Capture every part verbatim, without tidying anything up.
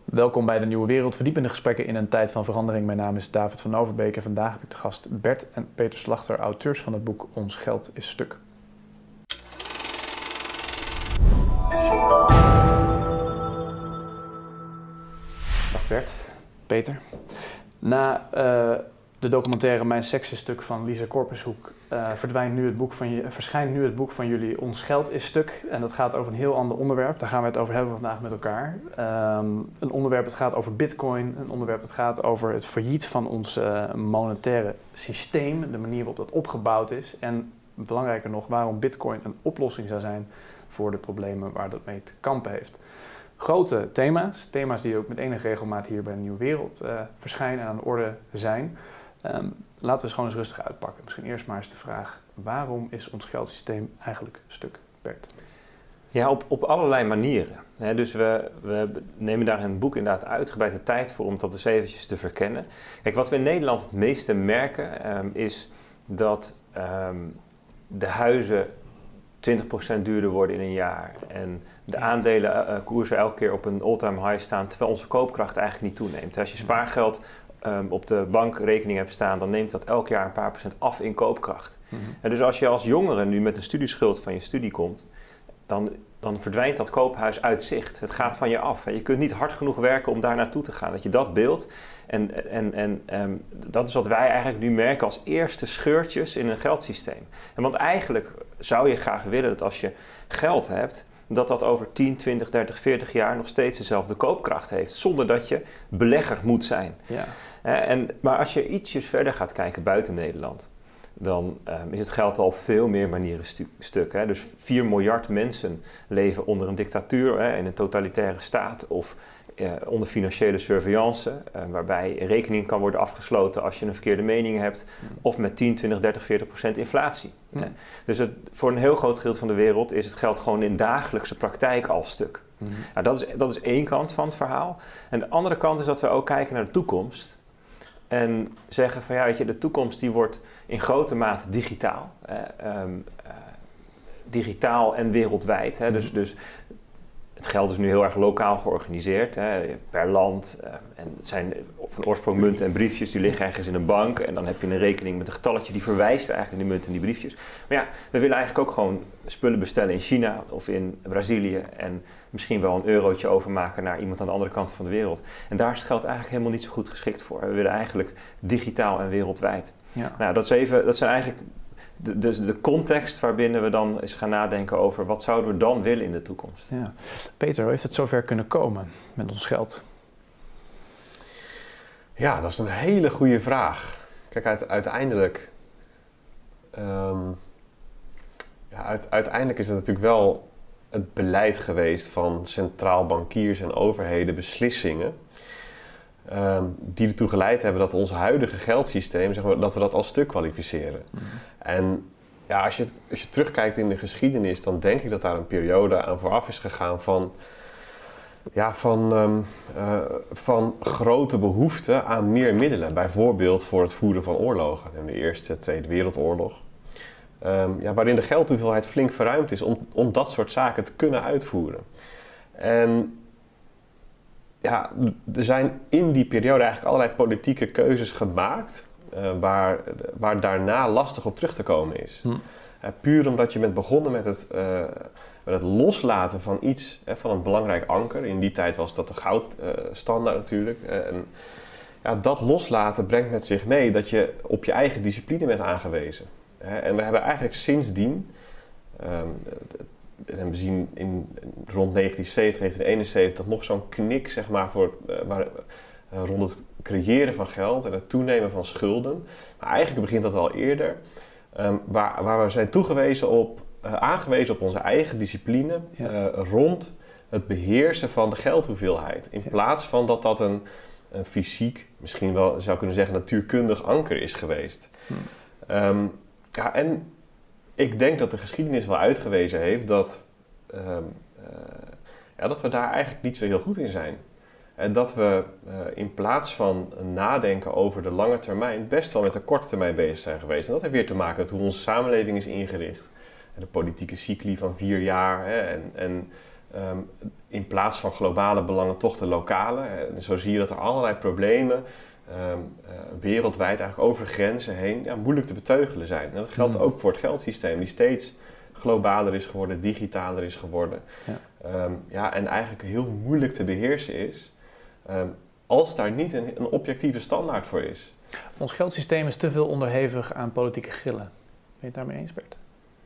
Welkom bij de Nieuwe Wereld, verdiepende gesprekken in een tijd van verandering. Mijn naam is David van Overbeek en vandaag heb ik te gast Bert en Peter Slachter, auteurs van het boek Ons Geld is Stuk. Dag Bert, Peter. Na uh, de documentaire Mijn Seks is Stuk van Lisa Korpershoek uh, verdwijnt nu het boek van je, verschijnt nu het boek van jullie Ons Geld is Stuk. En dat gaat over een heel ander onderwerp. Daar gaan we het over hebben vandaag met elkaar. Um, een onderwerp dat gaat over bitcoin. Een onderwerp dat gaat over het failliet van ons uh, monetaire systeem. De manier waarop dat opgebouwd is. En belangrijker nog, waarom bitcoin een oplossing zou zijn voor de problemen waar dat mee te kampen heeft. Grote thema's, thema's die ook met enige regelmaat hier bij de Nieuwe Wereld uh, verschijnen en aan de orde zijn. Um, laten we eens gewoon eens rustig uitpakken. Misschien eerst maar eens de vraag, waarom is ons geldsysteem eigenlijk stuk, Bert? Ja, op, op allerlei manieren. He, dus we, we nemen daar in het boek inderdaad uitgebreid de tijd voor om dat eens eventjes te verkennen. Kijk, wat we in Nederland het meeste merken um, is dat um, de huizen twintig procent duurder worden in een jaar. En de aandelenkoersen uh, elke keer op een all-time high staan, terwijl onze koopkracht eigenlijk niet toeneemt. Als je spaargeld um, op de bankrekening hebt staan, dan neemt dat elk jaar een paar procent af in koopkracht. Mm-hmm. En dus als je als jongere nu met een studieschuld van je studie komt, dan, dan verdwijnt dat koophuis uit zicht. Het gaat van je af. Je kunt niet hard genoeg werken om daar naartoe te gaan. Dat je dat beeld. En, en, en um, dat is wat wij eigenlijk nu merken als eerste scheurtjes in een geldsysteem. En want eigenlijk zou je graag willen dat als je geld hebt, dat dat over tien, twintig, dertig, veertig jaar nog steeds dezelfde koopkracht heeft. Zonder dat je belegger moet zijn. Ja. En, maar als je ietsjes verder gaat kijken buiten Nederland, dan um, is het geld al op veel meer manieren stu- stuk. Hè? Dus vier miljard mensen leven onder een dictatuur, hè, in een totalitaire staat of uh, onder financiële surveillance, uh, waarbij rekening kan worden afgesloten als je een verkeerde mening hebt, mm. of met tien, twintig, dertig, veertig procent inflatie. Mm. Hè? Dus het, voor een heel groot gedeelte van de wereld is het geld gewoon in dagelijkse praktijk al stuk. Mm. Nou, dat is, dat is één kant van het verhaal. En de andere kant is dat we ook kijken naar de toekomst. En zeggen van ja, weet je, de toekomst die wordt in grote mate digitaal. Hè, um, uh, digitaal en wereldwijd. Hè, dus, dus het geld is nu heel erg lokaal georganiseerd, hè, per land. Uh, en het zijn van oorsprong munten en briefjes, die liggen ergens in een bank. En dan heb je een rekening met een getalletje die verwijst eigenlijk die munten en die briefjes. Maar ja, we willen eigenlijk ook gewoon spullen bestellen in China of in Brazilië. En misschien wel een eurotje overmaken naar iemand aan de andere kant van de wereld. En daar is het geld eigenlijk helemaal niet zo goed geschikt voor. We willen eigenlijk digitaal en wereldwijd. Ja. Nou, dat, is even, dat zijn eigenlijk de, de, de context waarbinnen we dan eens gaan nadenken over wat zouden we dan willen in de toekomst. Ja. Peter, hoe heeft het zover kunnen komen met ons geld? Ja, dat is een hele goede vraag. Kijk, uit, uiteindelijk, um, ja, uit, uiteindelijk is het natuurlijk wel het beleid geweest van centraal bankiers en overheden, beslissingen, um, die ertoe geleid hebben dat ons huidige geldsysteem, zeg maar, dat we dat als stuk kwalificeren. Mm. En ja, als je, als je terugkijkt in de geschiedenis, dan denk ik dat daar een periode aan vooraf is gegaan van, ja, van, um, uh, van grote behoefte aan meer middelen. Bijvoorbeeld voor het voeren van oorlogen. In de Eerste, Tweede Wereldoorlog. Um, ja, waarin de geldhoeveelheid flink verruimd is om, om dat soort zaken te kunnen uitvoeren. En ja, er zijn in die periode eigenlijk allerlei politieke keuzes gemaakt, uh, waar, waar daarna lastig op terug te komen is. Hm. Uh, puur omdat je bent begonnen met het, uh, met het loslaten van iets, uh, van een belangrijk anker. In die tijd was dat de goudstandaard uh, natuurlijk. Uh, en ja, dat loslaten brengt met zich mee dat je op je eigen discipline bent aangewezen. En we hebben eigenlijk sindsdien, um, en we zien in rond negentien zeventig, negentien eenenzeventig nog zo'n knik, zeg maar, voor, uh, waar, uh, rond het creëren van geld en het toenemen van schulden. Maar eigenlijk begint dat al eerder, um, waar, waar we zijn toegewezen op, uh, aangewezen op onze eigen discipline, ja. uh, rond het beheersen van de geldhoeveelheid. In plaats van dat dat een, een fysiek, misschien wel zou kunnen zeggen natuurkundig anker is geweest. Hm. Um, Ja, en ik denk dat de geschiedenis wel uitgewezen heeft dat, uh, uh, ja, dat we daar eigenlijk niet zo heel goed in zijn. En dat we uh, in plaats van nadenken over de lange termijn best wel met de korte termijn bezig zijn geweest. En dat heeft weer te maken met hoe onze samenleving is ingericht. En de politieke cycli van vier jaar. Hè, en, en um, in plaats van globale belangen toch de lokale. En zo zie je dat er allerlei problemen um, uh, wereldwijd eigenlijk over grenzen heen ja, moeilijk te beteugelen zijn. En dat geldt mm. ook voor het geldsysteem die steeds globaler is geworden, digitaler is geworden. Ja. Um, ja, en eigenlijk heel moeilijk te beheersen is um, als daar niet een, een objectieve standaard voor is. Ons geldsysteem is te veel onderhevig aan politieke grillen. Ben je het daarmee eens, Bert?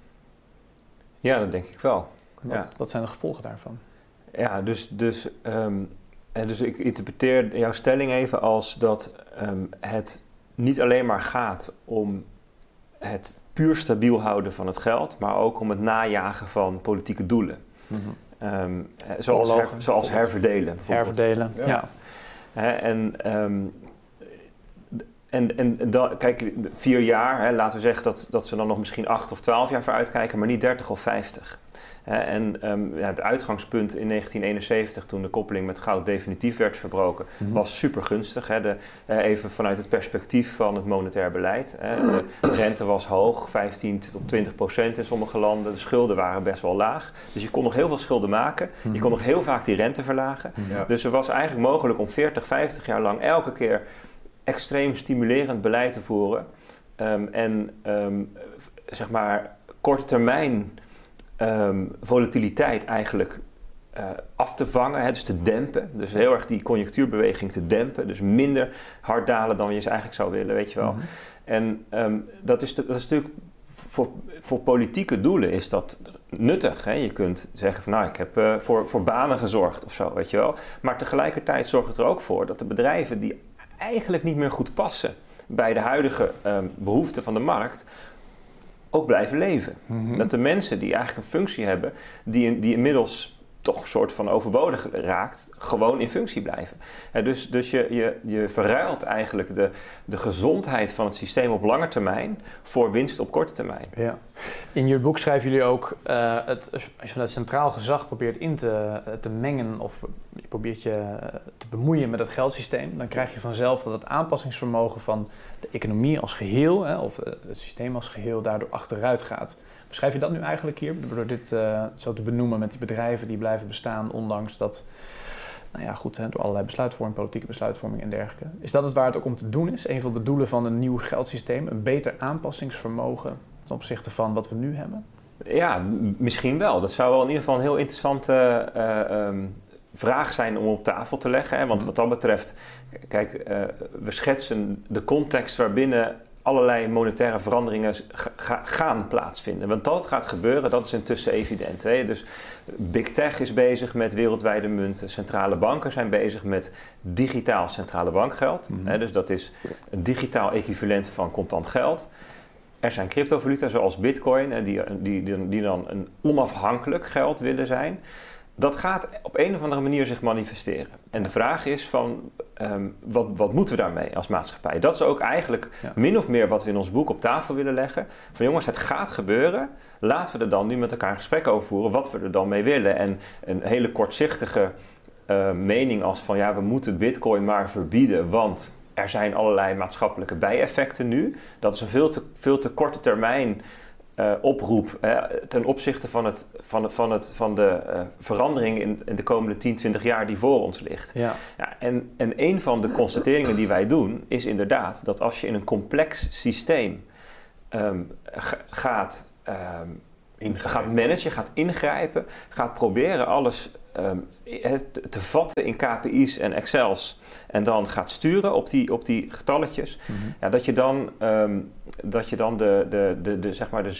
Ja, dat denk ik wel. Wat, ja. wat zijn de gevolgen daarvan? Ja, dus, dus, um, en dus ik interpreteer jouw stelling even als dat um, het niet alleen maar gaat om het puur stabiel houden van het geld, maar ook om het najagen van politieke doelen. Mm-hmm. Um, zoals, her, zoals herverdelen bijvoorbeeld. Herverdelen, ja. ja. He, en, um, en, en da, kijk, vier jaar, he, laten we zeggen dat, dat ze dan nog misschien acht of twaalf jaar vooruit kijken, maar niet dertig of vijftig. He, en um, ja, het uitgangspunt in negentien eenenzeventig, toen de koppeling met goud definitief werd verbroken, mm-hmm. was super gunstig. He, de, uh, even vanuit het perspectief van het monetair beleid. He, de rente was hoog, vijftien tot twintig procent in sommige landen. De schulden waren best wel laag. Dus je kon nog heel veel schulden maken. Mm-hmm. Je kon nog heel vaak die rente verlagen. Ja. Dus er was eigenlijk mogelijk om veertig, vijftig jaar lang elke keer extreem stimulerend beleid te voeren. Um, en um, zeg maar korte termijn Um, volatiliteit eigenlijk uh, af te vangen, hè, dus te dempen. Dus heel erg die conjunctuurbeweging te dempen. Dus minder hard dalen dan je ze eigenlijk zou willen, weet je wel. Mm-hmm. En um, dat, is te, dat is natuurlijk voor, voor politieke doelen is dat nuttig. Hè? Je kunt zeggen van nou, ik heb uh, voor, voor banen gezorgd of zo, weet je wel. Maar tegelijkertijd zorgt het er ook voor dat de bedrijven die eigenlijk niet meer goed passen bij de huidige um, behoeften van de markt ook blijven leven. Mm-hmm. Dat de mensen die eigenlijk een functie hebben, die, die inmiddels toch een soort van overbodig raakt, gewoon in functie blijven. Ja, dus dus je, je, je verruilt eigenlijk de, de gezondheid van het systeem op lange termijn voor winst op korte termijn. Ja. In je boek schrijven jullie ook, uh, het, als je vanuit centraal gezag probeert in te, te mengen of je probeert je te bemoeien met het geldsysteem, dan krijg je vanzelf dat het aanpassingsvermogen van de economie als geheel, hè, of het systeem als geheel, daardoor achteruit gaat. Beschrijf je dat nu eigenlijk hier, door dit uh, zo te benoemen met die bedrijven die blijven bestaan, ondanks dat, nou ja goed, hè, door allerlei besluitvorming, politieke besluitvorming en dergelijke. Is dat het waar het ook om te doen is? Een van de doelen van een nieuw geldsysteem, een beter aanpassingsvermogen ten opzichte van wat we nu hebben? Ja, m- misschien wel. Dat zou wel in ieder geval een heel interessante uh, um, vraag zijn om op tafel te leggen. Hè? Want wat dat betreft, kijk, uh, we schetsen de context waarbinnen allerlei monetaire veranderingen ga, gaan plaatsvinden. Want dat gaat gebeuren, dat is intussen evident. Hè? Dus Big Tech is bezig met wereldwijde munten. Centrale banken zijn bezig met digitaal centrale bankgeld. Mm-hmm. Hè? Dus dat is een digitaal equivalent van contant geld. Er zijn cryptovaluta zoals Bitcoin, die, die, die, die dan een onafhankelijk geld willen zijn. Dat gaat op een of andere manier zich manifesteren. En de vraag is van, um, wat, wat moeten we daarmee als maatschappij? Dat is ook eigenlijk ja. min of meer wat we in ons boek op tafel willen leggen. Van jongens, het gaat gebeuren. Laten we er dan nu met elkaar een gesprek over voeren wat we er dan mee willen. En een hele kortzichtige uh, mening als van ja, we moeten Bitcoin maar verbieden, want er zijn allerlei maatschappelijke bijeffecten nu. Dat is een veel te, veel te korte termijn Uh, oproep uh, ten opzichte van, het, van, het, van, het, van de uh, verandering in, in de komende tien, twintig jaar die voor ons ligt. Ja. Ja, en, en een van de constateringen die wij doen is inderdaad dat als je in een complex systeem um, g- gaat, um, gaat managen, gaat ingrijpen, gaat proberen alles um, te, te vatten in K P I's en Excels en dan gaat sturen op die, op die getalletjes, mm-hmm. ja, dat je dan, um, dat je dan de, de, de, de, zeg maar de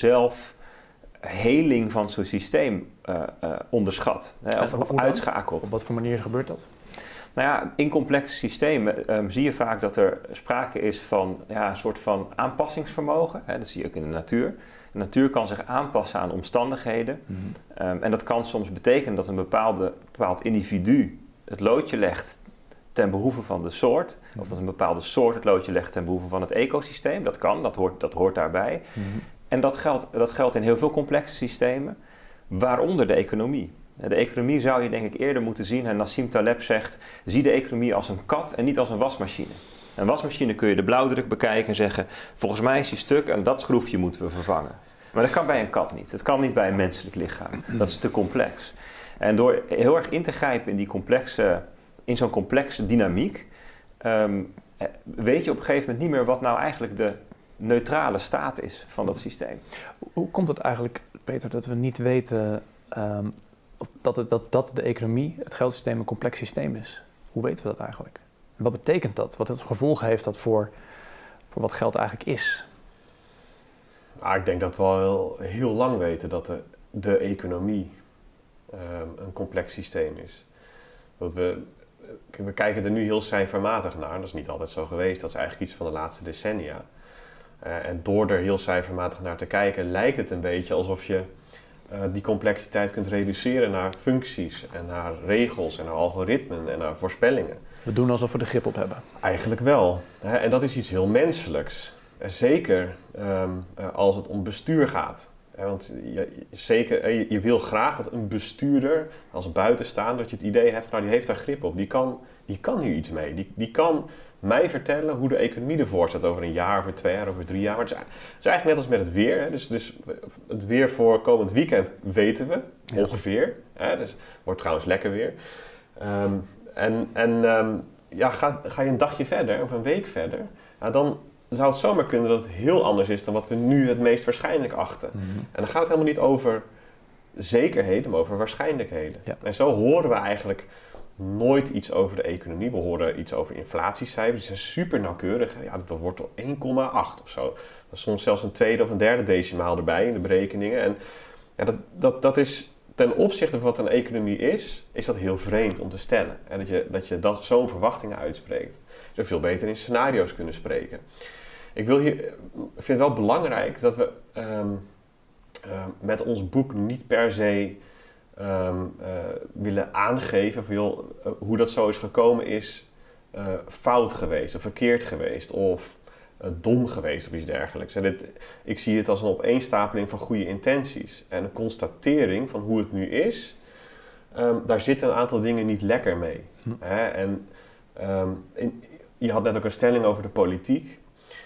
zelfheling van zo'n systeem uh, uh, onderschat, hè, of, of uitschakelt. Op wat voor manier gebeurt dat? Nou ja, in complexe systemen um, zie je vaak dat er sprake is van ja, een soort van aanpassingsvermogen. Hè, dat zie je ook in de natuur. De natuur kan zich aanpassen aan omstandigheden. Mm-hmm. Um, en dat kan soms betekenen dat een bepaalde, bepaald individu het loodje legt ten behoeve van de soort. Mm-hmm. Of dat een bepaalde soort het loodje legt ten behoeve van het ecosysteem. Dat kan, dat hoort, dat hoort daarbij. Mm-hmm. En dat geldt, dat geldt in heel veel complexe systemen, waaronder de economie. De economie zou je denk ik eerder moeten zien, en Nassim Taleb zegt, zie de economie als een kat en niet als een wasmachine. Een wasmachine kun je de blauwdruk bekijken en zeggen, volgens mij is die stuk en dat schroefje moeten we vervangen. Maar dat kan bij een kat niet. Het kan niet bij een menselijk lichaam. Dat is te complex. En door heel erg in te grijpen in, die complexe, in zo'n complexe dynamiek, um, weet je op een gegeven moment niet meer wat nou eigenlijk de neutrale staat is van dat systeem. Hoe komt het eigenlijk, Peter, dat we niet weten um, dat, het, dat, dat de economie, het geldsysteem, een complex systeem is? Hoe weten we dat eigenlijk? En wat betekent dat? Wat het gevolgen heeft dat voor, voor wat geld eigenlijk is? Nou, ik denk dat we al heel, heel lang weten dat de, de economie um, een complex systeem is. Dat we, we kijken er nu heel cijfermatig naar. Dat is niet altijd zo geweest. Dat is eigenlijk iets van de laatste decennia. Uh, en door er heel cijfermatig naar te kijken, lijkt het een beetje alsof je uh, die complexiteit kunt reduceren naar functies en naar regels en naar algoritmen en naar voorspellingen. We doen alsof we er grip op hebben. Eigenlijk wel. Hè? En dat is iets heel menselijks. En zeker um, uh, als het om bestuur gaat. Hè? Want je, zeker, je, je wil graag dat een bestuurder als buitenstaander, dat je het idee hebt, nou die heeft daar grip op. Die kan, die kan hier iets mee. Die, die kan mij vertellen hoe de economie ervoor staat over een jaar, over twee jaar, over drie jaar. Maar het is, het is eigenlijk net als met het weer. Hè? Dus, dus het weer voor komend weekend weten we Ja. ongeveer. Hè? Dus het wordt trouwens lekker weer. Um, en en um, ja, ga, ga je een dagje verder of een week verder, ja, dan zou het zomaar kunnen dat het heel anders is dan wat we nu het meest waarschijnlijk achten. Mm-hmm. En dan gaat het helemaal niet over zekerheden, maar over waarschijnlijkheden. Ja. En zo horen we eigenlijk nooit iets over de economie. We horen iets over inflatiecijfers, die zijn super nauwkeurig. Ja, dat wordt al één komma acht of zo. Soms zelfs een tweede of een derde decimaal erbij in de berekeningen. En ja, dat, dat, dat is ten opzichte van wat een economie is, is dat heel vreemd om te stellen. En dat je, dat je dat zo'n verwachtingen uitspreekt. Je zou veel beter in scenario's kunnen spreken. Ik wil hier, ik vind het wel belangrijk dat we um, uh, met ons boek niet per se um, uh, willen aangeven van, joh, uh, hoe dat zo is gekomen is uh, fout geweest of verkeerd geweest of uh, dom geweest of iets dergelijks. En dit, ik zie het als een opeenstapeling van goede intenties en een constatering van hoe het nu is. Um, daar zitten een aantal dingen niet lekker mee. Hm. Hè? En um, in, je had net ook een stelling over de politiek.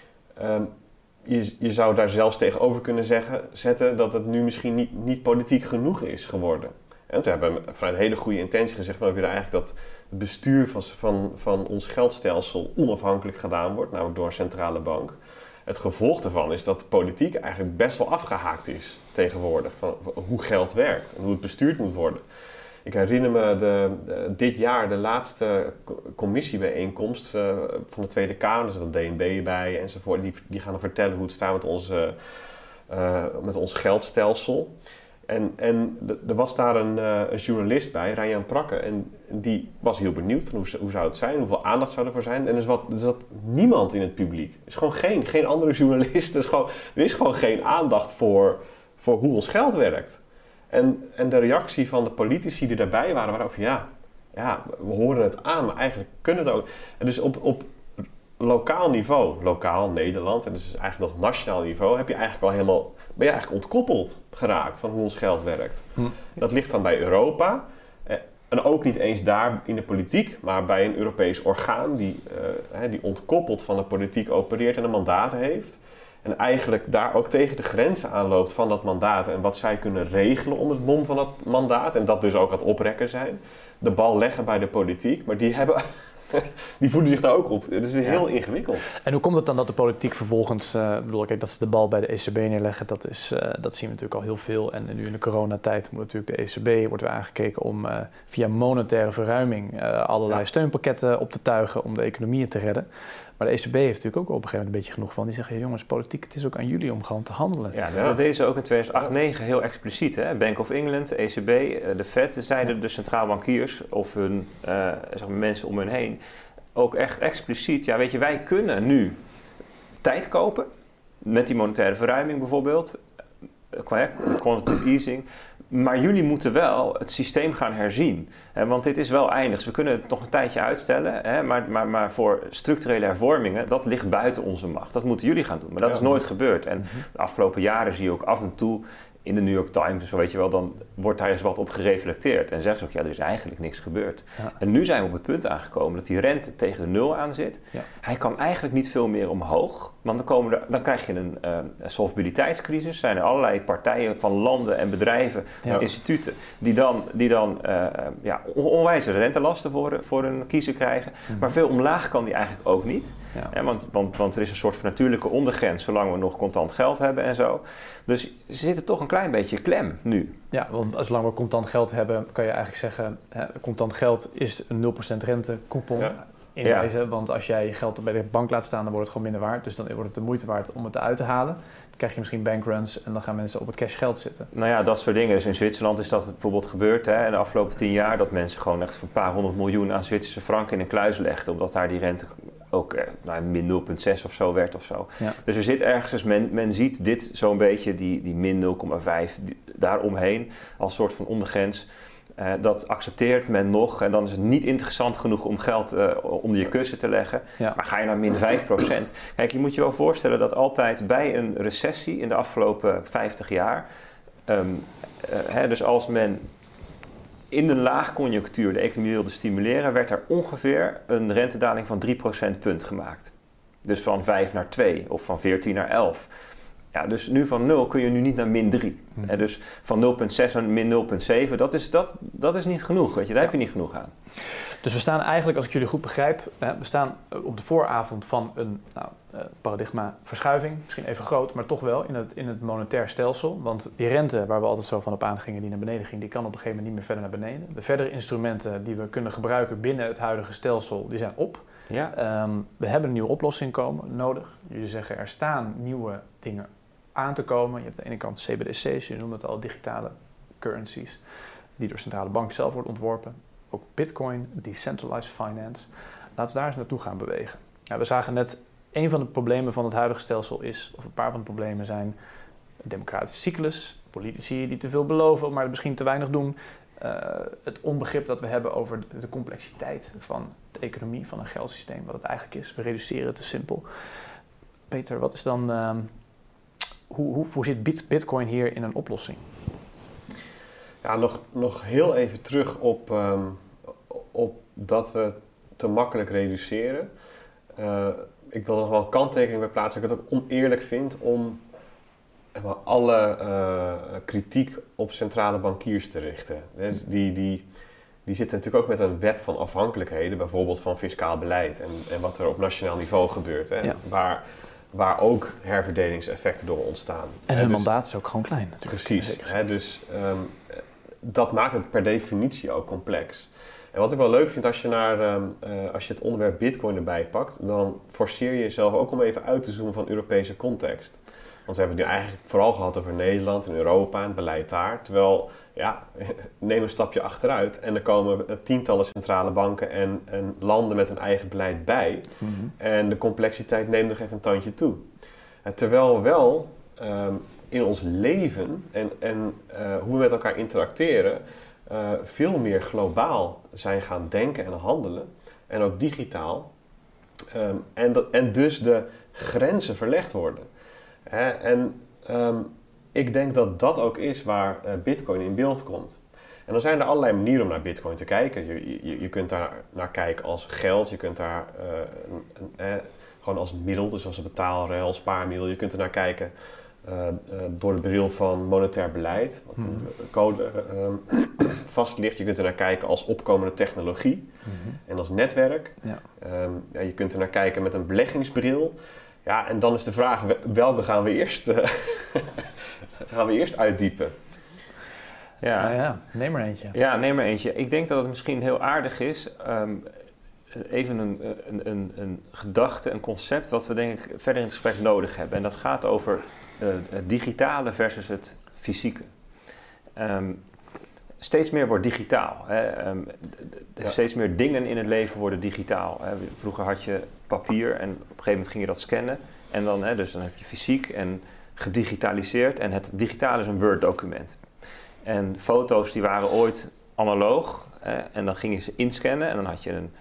Um, je, je zou daar zelfs tegenover kunnen zeggen, zetten dat het nu misschien niet, niet politiek genoeg is geworden. En we hebben vanuit hele goede intentie gezegd, we willen eigenlijk dat het bestuur van, van, van ons geldstelsel onafhankelijk gedaan wordt, namelijk door een centrale bank. Het gevolg daarvan is dat de politiek eigenlijk best wel afgehaakt is tegenwoordig van, van hoe geld werkt en hoe het bestuurd moet worden. Ik herinner me de, de, dit jaar de laatste commissiebijeenkomst uh, van de Tweede Kamer. Er zit een D N B bij enzovoort. Die, die gaan dan vertellen hoe het staat met ons, uh, uh, met ons geldstelsel. En, en de, er was daar een, uh, een journalist bij, Ryan Prakke. En die was heel benieuwd van hoe, hoe zou het zijn, hoeveel aandacht zou ervoor zijn. En er zat, er zat niemand in het publiek. Er is gewoon geen, geen andere journalist. Er is gewoon, er is gewoon geen aandacht voor, voor hoe ons geld werkt. En, en de reactie van de politici die daarbij waren, waren van ja, ja, we horen het aan, maar eigenlijk kunnen het ook. En dus op, op lokaal niveau, lokaal Nederland, en dus eigenlijk nog nationaal niveau, heb je eigenlijk al helemaal, ben je eigenlijk ontkoppeld geraakt van hoe ons geld werkt. Hm. Dat ligt dan bij Europa. En ook niet eens daar in de politiek, maar bij een Europees orgaan die, uh, die ontkoppeld van de politiek opereert en een mandaat heeft. En eigenlijk daar ook tegen de grenzen aanloopt van dat mandaat en wat zij kunnen regelen onder het mom van dat mandaat. En dat dus ook het oprekken zijn. De bal leggen bij de politiek, maar die hebben... die voelen zich daar ook ont. Het is heel ja. ingewikkeld. En hoe komt het dan dat de politiek vervolgens, uh, bedoel, kijk, dat ze de bal bij de E C B neerleggen, dat, is, uh, dat zien we natuurlijk al heel veel. En nu in de coronatijd moet natuurlijk de E C B, wordt weer aangekeken om uh, via monetaire verruiming uh, allerlei ja. steunpakketten op te tuigen om de economie te redden. Maar de E C B heeft natuurlijk ook op een gegeven moment een beetje genoeg van. Die zeggen, ja, jongens, politiek, het is ook aan jullie om gewoon te handelen. Ja, dat, dat deden ze ook in tweeduizend acht negen heel expliciet. Hè? Bank of England, de E C B, de Fed, zeiden ja. de centraal bankiers of hun uh, zeg maar mensen om hen heen ook echt expliciet. Ja, weet je, wij kunnen nu tijd kopen met die monetaire verruiming bijvoorbeeld, quantitative easing. Maar jullie moeten wel het systeem gaan herzien. Hè, want dit is wel eindig. Dus we kunnen het nog een tijdje uitstellen. Hè, maar, maar, maar voor structurele hervormingen, dat ligt buiten onze macht. Dat moeten jullie gaan doen. Maar dat ja. is nooit gebeurd. En de afgelopen jaren zie je ook af en toe in de New York Times, zo weet je wel, dan wordt daar eens wat op gereflecteerd. En zeggen ze ook, ja, er is eigenlijk niks gebeurd. Ja. En nu zijn we op het punt aangekomen dat die rente tegen de nul aan zit. Ja. Hij kan eigenlijk niet veel meer omhoog. Want dan, komen er, dan krijg je een uh, solvabiliteitscrisis. Zijn er allerlei partijen van landen en bedrijven ja. instituten, die dan, die dan uh, ja, onwijze rentelasten voor, voor hun kiezer krijgen. Mm-hmm. Maar veel omlaag kan die eigenlijk ook niet. Ja. Ja, want, want, want er is een soort van natuurlijke ondergrens, zolang we nog contant geld hebben en zo. Dus ze zitten toch een klein beetje klem nu. Ja, want zolang we contant geld hebben, kan je eigenlijk zeggen, hè, contant geld is een nul procent rente coupon. Ja. In ja. wijze, want als jij je geld bij de bank laat staan, dan wordt het gewoon minder waard. Dus dan wordt het de moeite waard om het eruit te halen. Dan krijg je misschien bankruns en dan gaan mensen op het cash geld zitten. Nou ja, dat soort dingen. Dus in Zwitserland is dat bijvoorbeeld gebeurd hè, in de afgelopen tien jaar. Dat mensen gewoon echt een paar honderd miljoen aan Zwitserse franken in een kluis legden. Omdat daar die rente ook eh, nou, min nul komma zes of zo werd of zo. Ja. Dus er zit ergens, dus men, men ziet dit zo'n beetje, die, die min nul komma vijf daaromheen als soort van ondergrens. Uh, dat accepteert men nog en dan is het niet interessant genoeg om geld uh, onder je kussen te leggen. Ja. Maar ga je naar min vijf procent. Kijk, je moet je wel voorstellen dat altijd bij een recessie in de afgelopen vijftig jaar... Um, uh, hè, dus als men in de laagconjunctuur de economie wilde stimuleren, werd er ongeveer een rentedaling van drie procentpunt gemaakt. Dus van vijf naar twee of van veertien naar elf. Ja, dus nu van nul kun je nu niet naar min drie. Hmm. Dus van nul komma zes naar min nul komma zeven, dat is, dat, dat is niet genoeg. Weet je, daar ja. heb je niet genoeg aan. Dus we staan eigenlijk, als ik jullie goed begrijp, we staan op de vooravond van een nou, paradigmaverschuiving. Misschien even groot, maar toch wel in het, in het monetair stelsel. Want die rente waar we altijd zo van op aangingen, die naar beneden ging, die kan op een gegeven moment niet meer verder naar beneden. De verdere instrumenten die we kunnen gebruiken binnen het huidige stelsel, die zijn op. Ja. Um, we hebben een nieuwe oplossing komen, nodig. Jullie zeggen er staan nieuwe dingen aan te komen. Je hebt aan de ene kant C B D C's, je noemt het al digitale currencies, die door centrale banken zelf wordt ontworpen. Ook Bitcoin, decentralized finance. Laten we daar eens naartoe gaan bewegen. Ja, we zagen net, een van de problemen van het huidige stelsel is, of een paar van de problemen zijn, een democratische cyclus, politici die te veel beloven, maar misschien te weinig doen. Uh, het onbegrip dat we hebben over de, de complexiteit van de economie, van een geldsysteem, wat het eigenlijk is. We reduceren het te simpel. Peter, wat is dan, uh, hoe, hoe voorziet Bitcoin hier in een oplossing? Ja, nog, nog heel even terug op, um, op dat we te makkelijk reduceren. Uh, ik wil er nog wel een kanttekening bij plaatsen. Dat ik het ook oneerlijk vind om uh, alle uh, kritiek op centrale bankiers te richten. Dus die, die, die zitten natuurlijk ook met een web van afhankelijkheden, bijvoorbeeld van fiscaal beleid en, en wat er op nationaal niveau gebeurt. Hè, ja. Waar, waar ook herverdelingseffecten door ontstaan. En hun dus, mandaat is ook gewoon klein natuurlijk. Precies. Hè, dus um, dat maakt het per definitie ook complex. En wat ik wel leuk vind als je, naar, um, uh, als je het onderwerp Bitcoin erbij pakt, dan forceer je jezelf ook om even uit te zoomen van Europese context. Want we hebben het nu eigenlijk vooral gehad over Nederland en Europa en het beleid daar. Terwijl, ja, neem een stapje achteruit en er komen tientallen centrale banken en, en landen met hun eigen beleid bij. Mm-hmm. En de complexiteit neemt nog even een tandje toe. En terwijl wel um, in ons leven en, en uh, hoe we met elkaar interacteren, uh, veel meer globaal zijn gaan denken en handelen. En ook digitaal. Um, en, dat, en dus de grenzen verlegd worden. Hè? En um, ik denk dat dat ook is waar uh, Bitcoin in beeld komt. En dan zijn er allerlei manieren om naar Bitcoin te kijken. Je, je, je kunt daar naar kijken als geld. Je kunt daar uh, een, een, eh, gewoon als middel, dus als een betaalruil, spaarmiddel. Je kunt er naar kijken uh, uh, door de bril van monetair beleid. Wat mm-hmm. de code uh, vast ligt. Je kunt er naar kijken als opkomende technologie mm-hmm. en als netwerk. Ja. Um, ja, je kunt er naar kijken met een beleggingsbril. Ja, en dan is de vraag, welke gaan we eerst, uh, gaan we eerst uitdiepen? Ja. Nou ja, neem er eentje. Ja, neem er eentje. Ik denk dat het misschien heel aardig is, um, even een, een, een, een gedachte, een concept wat we denk ik verder in het gesprek nodig hebben. En dat gaat over uh, het digitale versus het fysieke. Um, steeds meer wordt digitaal. Hè. Um, ja. Steeds meer dingen in het leven worden digitaal. Hè. Vroeger had je papier en op een gegeven moment ging je dat scannen. En dan, hè, dus dan heb je fysiek en gedigitaliseerd. En het digitale is een Word-document. En foto's die waren ooit analoog. Hè, en dan ging je ze inscannen en dan had je een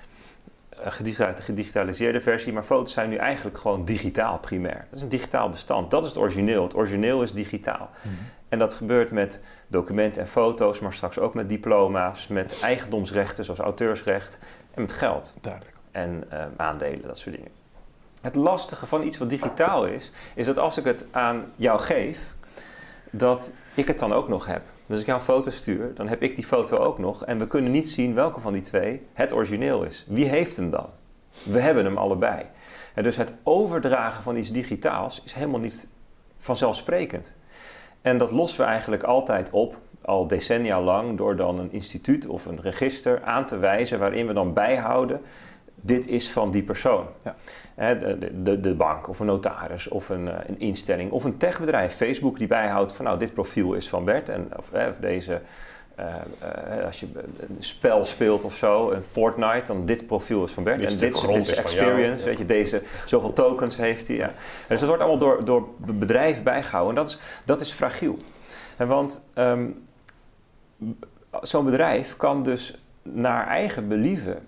gedigitaliseerde versie. Maar foto's zijn nu eigenlijk gewoon digitaal primair. Dat is een digitaal bestand. Dat is het origineel. Het origineel is digitaal. Mm-hmm. En dat gebeurt met documenten en foto's, maar straks ook met diploma's, met eigendomsrechten zoals auteursrecht en met geld. Duidelijk. En uh, aandelen, dat soort dingen. Het lastige van iets wat digitaal is, is dat als ik het aan jou geef, dat ik het dan ook nog heb. Dus als ik jou een foto stuur, dan heb ik die foto ook nog. En we kunnen niet zien welke van die twee het origineel is. Wie heeft hem dan? We hebben hem allebei. En dus het overdragen van iets digitaals is helemaal niet vanzelfsprekend. En dat lossen we eigenlijk altijd op, al decennia lang, door dan een instituut of een register aan te wijzen waarin we dan bijhouden, dit is van die persoon. Ja. De, de, de bank of een notaris of een, een instelling of een techbedrijf, Facebook, die bijhoudt van nou, dit profiel is van Bert. En, of, of deze, uh, uh, als je een spel speelt of zo, een Fortnite, dan dit profiel is van Bert. Dit en dit, dit is experience, weet je, deze zoveel tokens heeft hij. Ja. Dus dat wordt allemaal door, door bedrijven bijgehouden. En dat is, dat is fragiel. En want um, zo'n bedrijf kan dus naar eigen believen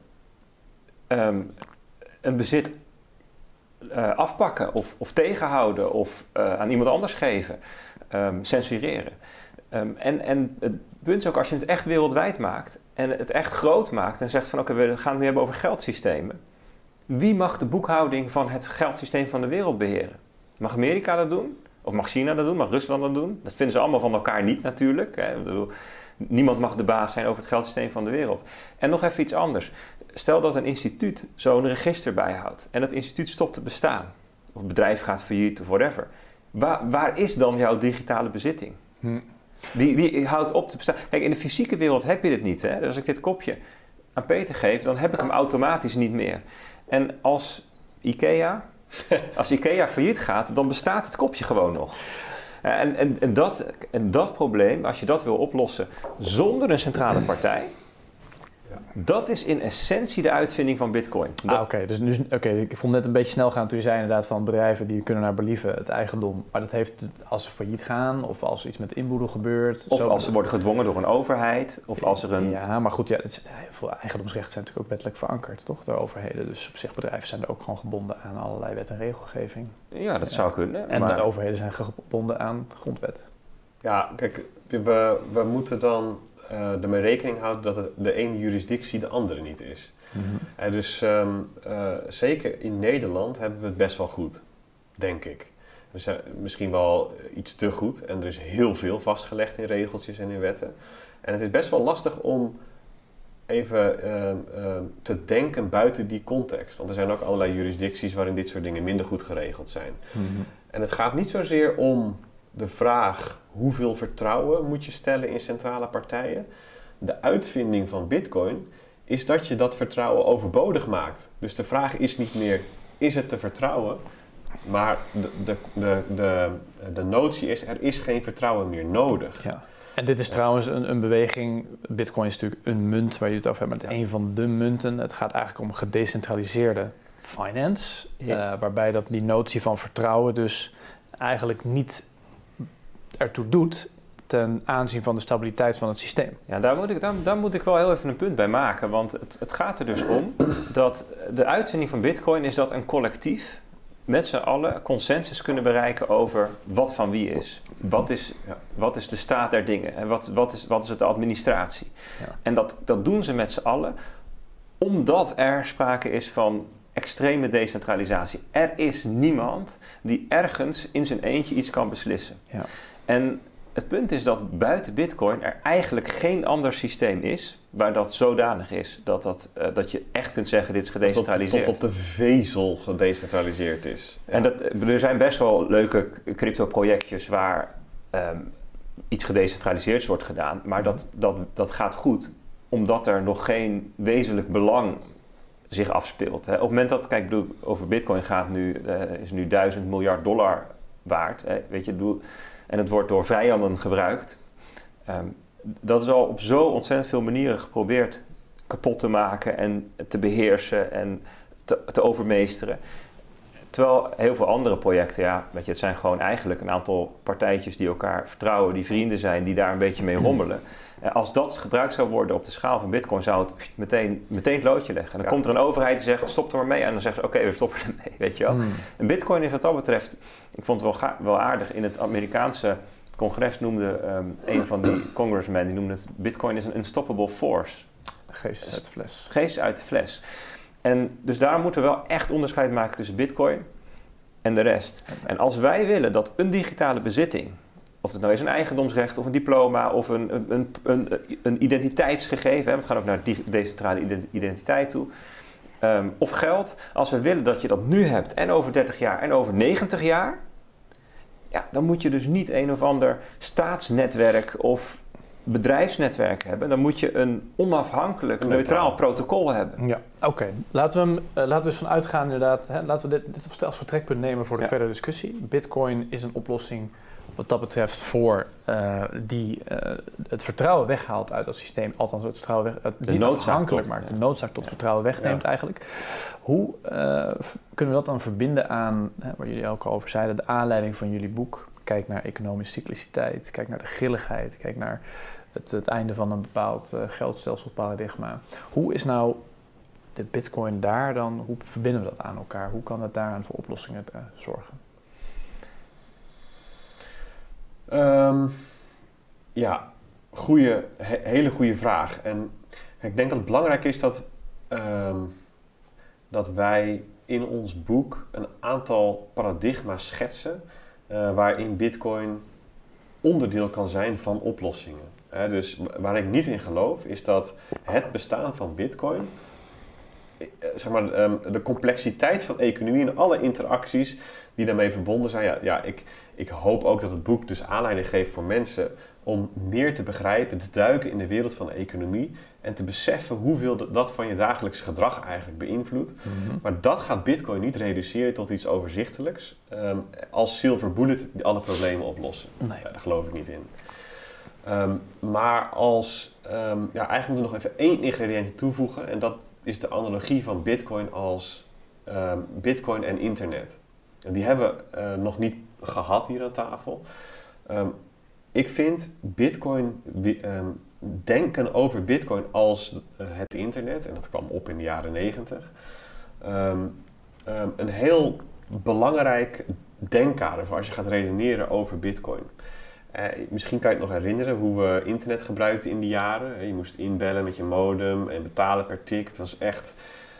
um, een bezit uh, afpakken of, of tegenhouden of uh, aan iemand anders geven, um, censureren. Um, en, en het punt is ook, als je het echt wereldwijd maakt en het echt groot maakt en zegt van oké, okay, we gaan het nu hebben over geldsystemen. Wie mag de boekhouding van het geldsysteem van de wereld beheren? Mag Amerika dat doen? Of mag China dat doen? Mag Rusland dat doen? Dat vinden ze allemaal van elkaar niet natuurlijk. Hè. Ik bedoel, niemand mag de baas zijn over het geldsysteem van de wereld. En nog even iets anders. Stel dat een instituut zo'n register bijhoudt en het instituut stopt te bestaan. Of het bedrijf gaat failliet of whatever. Waar, waar is dan jouw digitale bezitting? Hm. Die, die houdt op te bestaan. Kijk, in de fysieke wereld heb je dit niet. Hè? Dus als ik dit kopje aan Peter geef, dan heb ik hem automatisch niet meer. En als IKEA, als IKEA failliet gaat, dan bestaat het kopje gewoon nog. En, en, en, dat, en dat probleem, als je dat wil oplossen zonder een centrale partij, dat is in essentie de uitvinding van Bitcoin. Ah, Oké, okay. dus nu, okay, ik vond het net een beetje snel gaan toen je zei inderdaad van bedrijven die kunnen naar believen het eigendom. Maar dat heeft als ze failliet gaan of als er iets met inboedel gebeurt. Of zo, als ze worden gedwongen door een overheid. Of als er een... Ja, maar goed, ja, het, heel veel eigendomsrechten zijn natuurlijk ook wettelijk verankerd, toch? Door overheden. Dus op zich bedrijven zijn er ook gewoon gebonden aan allerlei wet en regelgeving. Ja, dat ja. zou kunnen. En maar... de overheden zijn gebonden aan grondwet. Ja, kijk, we, we moeten dan uh, ermee rekening houden dat het de ene jurisdictie de andere niet is. Mm-hmm. En dus um, uh, zeker in Nederland hebben we het best wel goed, denk ik. We zijn misschien wel iets te goed en er is heel veel vastgelegd in regeltjes en in wetten. En het is best wel lastig om even uh, uh, te denken buiten die context. Want er zijn ook allerlei jurisdicties waarin dit soort dingen minder goed geregeld zijn. Mm-hmm. En het gaat niet zozeer om de vraag hoeveel vertrouwen moet je stellen in centrale partijen. De uitvinding van Bitcoin is dat je dat vertrouwen overbodig maakt. Dus de vraag is niet meer, is het te vertrouwen? Maar de, de, de, de, de notie is, er is geen vertrouwen meer nodig. Ja. En dit is ja. trouwens een, een beweging. Bitcoin is natuurlijk een munt waar je het over hebt, maar het is ja. een van de munten. Het gaat eigenlijk om gedecentraliseerde finance, ja. uh, waarbij dat die notie van vertrouwen dus eigenlijk niet ertoe doet ten aanzien van de stabiliteit van het systeem. Ja, daar moet ik, daar, daar moet ik wel heel even een punt bij maken, want het, het gaat er dus om dat de uitvinding van Bitcoin is dat een collectief met z'n allen consensus kunnen bereiken over wat van wie is. Wat is, ja. wat is de staat der dingen en wat, wat, is, wat is het de administratie. Ja. En dat, dat doen ze met z'n allen omdat er sprake is van extreme decentralisatie. Er is niemand die ergens in zijn eentje iets kan beslissen. Ja. En het punt is dat buiten Bitcoin er eigenlijk geen ander systeem is waar dat zodanig is. Dat, dat, uh, dat je echt kunt zeggen, dit is gedecentraliseerd. Tot, tot op de vezel gedecentraliseerd is. Ja. En dat, er zijn best wel leuke crypto-projectjes waar um, iets gedecentraliseerds wordt gedaan. Maar dat, dat, dat gaat goed, omdat er nog geen wezenlijk belang zich afspeelt. Hè. Op het moment dat, kijk, bedoel, over Bitcoin gaat nu, uh, is nu duizend miljard dollar waard. Hè. Weet je, bedoel, en het wordt door vijanden gebruikt. Um, dat is al op zo ontzettend veel manieren geprobeerd kapot te maken en te beheersen en te, te overmeesteren. Terwijl heel veel andere projecten, ja, weet je, het zijn gewoon eigenlijk een aantal partijtjes die elkaar vertrouwen, die vrienden zijn, die daar een beetje mee rommelen. Als dat gebruikt zou worden op de schaal van Bitcoin, zou het meteen, meteen het loodje leggen. En dan ja. komt er een overheid die zegt, stop er maar mee. En dan zeggen ze, oké, okay, we stoppen ermee, weet je wel. Hmm. En Bitcoin is wat dat betreft, ik vond het wel, ga- wel aardig, in het Amerikaanse congres noemde um, een van die congressmen, die noemde het, Bitcoin is een unstoppable force. Geest uit de fles. Geest uit de fles. En dus daar moeten we wel echt onderscheid maken tussen Bitcoin en de rest. En als wij willen dat een digitale bezitting of het nou is een eigendomsrecht of een diploma of een, een, een, een, een identiteitsgegeven. Hè, want we gaan ook naar die decentrale identiteit toe. Um, of geld. Als we willen dat je dat nu hebt en over dertig jaar en over negentig jaar. Ja, dan moet je dus niet een of ander staatsnetwerk of bedrijfsnetwerk hebben. Dan moet je een onafhankelijk, neutraal, neutraal protocol hebben. Ja, oké. Okay. Laten we hem, uh, laten we eens van uitgaan inderdaad. Hè, laten we dit, dit als vertrekpunt nemen voor de ja. verdere discussie. Bitcoin is een oplossing wat dat betreft voor uh, die uh, het vertrouwen weghaalt uit dat systeem. Althans, het vertrouwen weg, het de noodzaak tot, maakt. Ja. De noodzaak tot ja. vertrouwen wegneemt ja. eigenlijk. Hoe uh, kunnen we dat dan verbinden aan, hè, waar jullie ook al over zeiden, de aanleiding van jullie boek? Kijk naar economische cycliciteit, kijk naar de grilligheid, kijk naar het, het einde van een bepaald uh, geldstelselparadigma. Hoe is nou de Bitcoin daar dan, hoe verbinden we dat aan elkaar? Hoe kan het daaraan voor oplossingen uh, zorgen? Um, ja, goeie, he, hele goede vraag. En ik denk dat het belangrijk is dat, um, dat wij in ons boek een aantal paradigma's schetsen uh, waarin Bitcoin onderdeel kan zijn van oplossingen. He, dus waar ik niet in geloof is dat het bestaan van Bitcoin, zeg maar, um, de complexiteit van economie en alle interacties die daarmee verbonden zijn. Ja, ja ik, ik hoop ook dat het boek dus aanleiding geeft voor mensen om meer te begrijpen, te duiken in de wereld van de economie en te beseffen hoeveel dat van je dagelijks gedrag eigenlijk beïnvloedt. Mm-hmm. Maar dat gaat Bitcoin niet reduceren tot iets overzichtelijks. Um, als silver bullet die alle problemen oplossen. Nee. Ja, daar geloof ik niet in. Um, maar als, um, ja, eigenlijk moeten we nog even één ingrediënt toevoegen en dat is de analogie van Bitcoin als um, Bitcoin en internet. En die hebben we uh, nog niet gehad hier aan tafel. Um, ik vind Bitcoin, um, denken over Bitcoin als uh, het internet, en dat kwam op in de jaren negentig, um, um, een heel belangrijk denkkader voor als je gaat redeneren over Bitcoin. Uh, misschien kan je het nog herinneren hoe we internet gebruikten in die jaren. Je moest inbellen met je modem en betalen per tik. Het was echt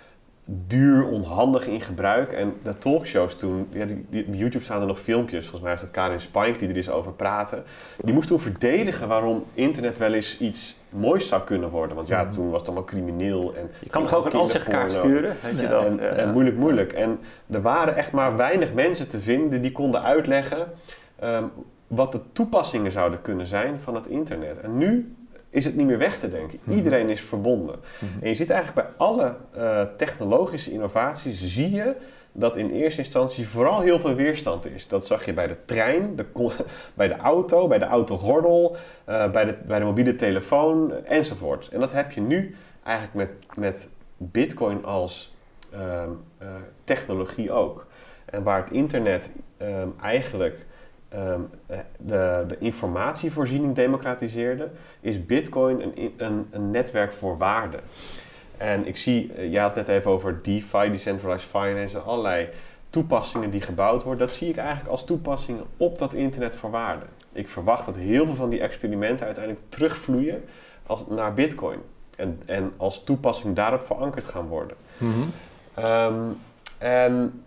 duur, onhandig in gebruik. En de talkshows toen, ja, die, die, op YouTube staan er nog filmpjes. Volgens mij is dat Karin Spink die er eens over praten. Die moest toen verdedigen waarom internet wel eens iets moois zou kunnen worden. Want ja, toen was het allemaal crimineel. En je kan toch ook een ansichtkaart sturen? Weet je ja, dat? En, ja. en moeilijk, moeilijk. En er waren echt maar weinig mensen te vinden die konden uitleggen Um, wat de toepassingen zouden kunnen zijn van het internet. En nu is het niet meer weg te denken. Mm-hmm. Iedereen is verbonden. Mm-hmm. En je ziet eigenlijk bij alle uh, technologische innovaties, zie je dat in eerste instantie vooral heel veel weerstand is. Dat zag je bij de trein, de, bij de auto, bij de autogordel, uh, bij, de, bij de mobiele telefoon uh, enzovoort. En dat heb je nu eigenlijk met, met Bitcoin als uh, uh, technologie ook. En waar het internet uh, eigenlijk Um, de, de informatievoorziening democratiseerde, is Bitcoin een, een, een netwerk voor waarde. En ik zie, uh, je had het net even over DeFi, Decentralized Finance, en allerlei toepassingen die gebouwd worden. Dat zie ik eigenlijk als toepassingen op dat internet voor waarde. Ik verwacht dat heel veel van die experimenten uiteindelijk terugvloeien als, naar Bitcoin. En, en als toepassing daarop verankerd gaan worden. Mm-hmm. Um, en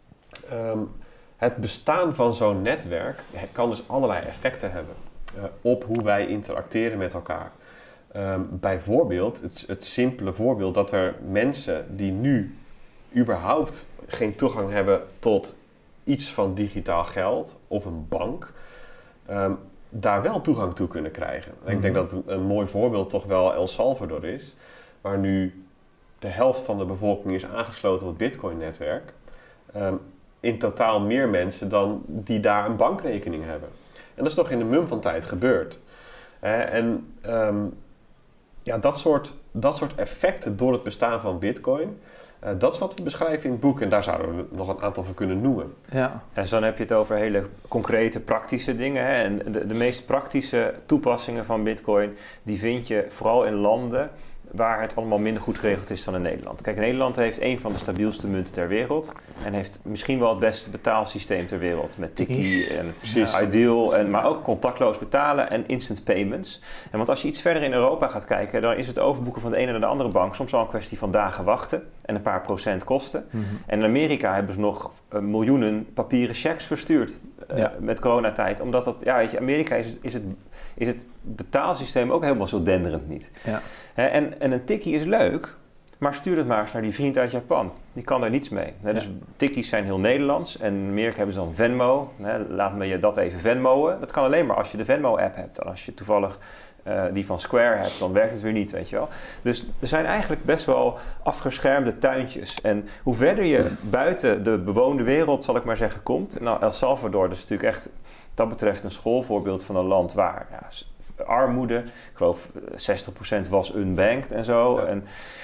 um, het bestaan van zo'n netwerk kan dus allerlei effecten hebben uh, op hoe wij interacteren met elkaar. Um, bijvoorbeeld, het, het simpele voorbeeld dat er mensen die nu überhaupt geen toegang hebben tot iets van digitaal geld of een bank, um, daar wel toegang toe kunnen krijgen. Mm-hmm. Ik denk dat een, een mooi voorbeeld toch wel El Salvador is, waar nu de helft van de bevolking is aangesloten op het Bitcoin-netwerk. Um, in totaal meer mensen dan die daar een bankrekening hebben. En dat is toch in de mum van tijd gebeurd. Uh, en um, ja, dat soort, dat soort effecten door het bestaan van Bitcoin, uh, dat is wat we beschrijven in het boek. En daar zouden we nog een aantal van kunnen noemen. Ja. En dan heb je het over hele concrete, praktische dingen. Hè? En de, de meest praktische toepassingen van Bitcoin, die vind je vooral in landen waar het allemaal minder goed geregeld is dan in Nederland. Kijk, Nederland heeft een van de stabielste munten ter wereld en heeft misschien wel het beste betaalsysteem ter wereld met Tiki en uh, Ideal, en, maar ook contactloos betalen en instant payments. En want als je iets verder in Europa gaat kijken, dan is het overboeken van de ene naar de andere bank soms al een kwestie van dagen wachten en een paar procent kosten. Mm-hmm. En in Amerika hebben ze nog uh, miljoenen papieren checks verstuurd uh, ja. met coronatijd. Omdat dat, ja, weet je, Amerika is het, is het, is het betaalsysteem ook helemaal zo denderend niet. Ja. Hè, en, en een tikkie is leuk, maar stuur het maar eens naar die vriend uit Japan. Die kan daar niets mee. Hè, dus ja. tikkies zijn heel Nederlands. En in Amerika hebben ze dan Venmo. Hè, laat me je dat even Venmo'en. Dat kan alleen maar als je de Venmo-app hebt. En als je toevallig uh, die van Square hebt, dan werkt het weer niet, weet je wel. Dus er zijn eigenlijk best wel afgeschermde tuintjes. En hoe verder je buiten de bewoonde wereld, zal ik maar zeggen, komt. Nou, El Salvador, dat is natuurlijk echt, dat betreft een schoolvoorbeeld van een land waar ja, armoede, ik geloof zestig procent was unbanked en zo. Ja. En,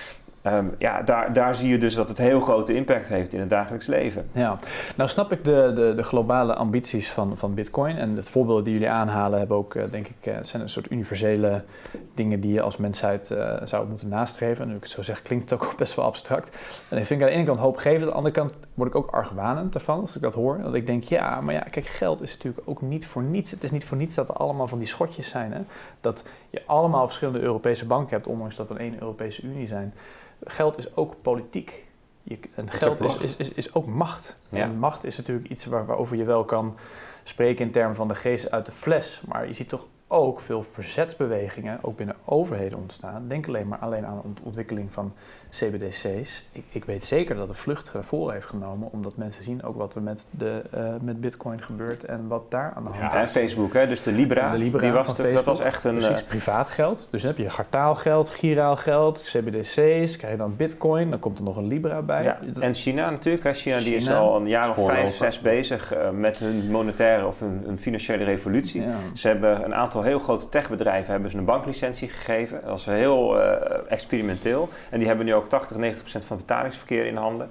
Um, ja, daar, daar zie je dus dat het heel grote impact heeft in het dagelijks leven. Ja, nou snap ik de, de, de globale ambities van, van Bitcoin. En het voorbeeld die jullie aanhalen hebben ook, uh, denk ik, uh, zijn een soort universele dingen die je als mensheid uh, zou moeten nastreven. En nu ik het zo zeg, klinkt het ook best wel abstract. En ik vind ik aan de ene kant hoopgevend, aan de andere kant word ik ook argwanend ervan als ik dat hoor. Dat ik denk, ja, maar ja, kijk, geld is natuurlijk ook niet voor niets. Het is niet voor niets dat er allemaal van die schotjes zijn. Hè? Dat je allemaal verschillende Europese banken hebt, ondanks dat we een één Europese Unie zijn. Geld is ook politiek. Je, en geld is, is, is, is ook macht. Ja. En macht is natuurlijk iets waar, waarover je wel kan spreken in termen van de geest uit de fles. Maar je ziet toch ook veel verzetsbewegingen, ook binnen overheden ontstaan. Denk alleen maar alleen aan de ontwikkeling van C B D C's. Ik, ik weet zeker dat de vlucht ervoor heeft genomen, omdat mensen zien ook wat er met, de, uh, met Bitcoin gebeurt en wat daar aan de hand ja, is. En Facebook, hè? Dus de Libra, de Libra die was de, dat was echt een... Precies, privaat geld. Dus dan heb je gartaalgeld, giraalgeld, C B D C's, krijg je dan Bitcoin, dan komt er nog een Libra bij. Ja. En China natuurlijk, hè? China, China die is al een jaar of vijf, zes bezig uh, met hun monetaire of hun, hun financiële revolutie. Ja. Ze hebben een aantal heel grote techbedrijven hebben ze een banklicentie gegeven. Dat is heel uh, experimenteel. En die hebben nu ook tachtig, negentig procent van het betalingsverkeer in handen.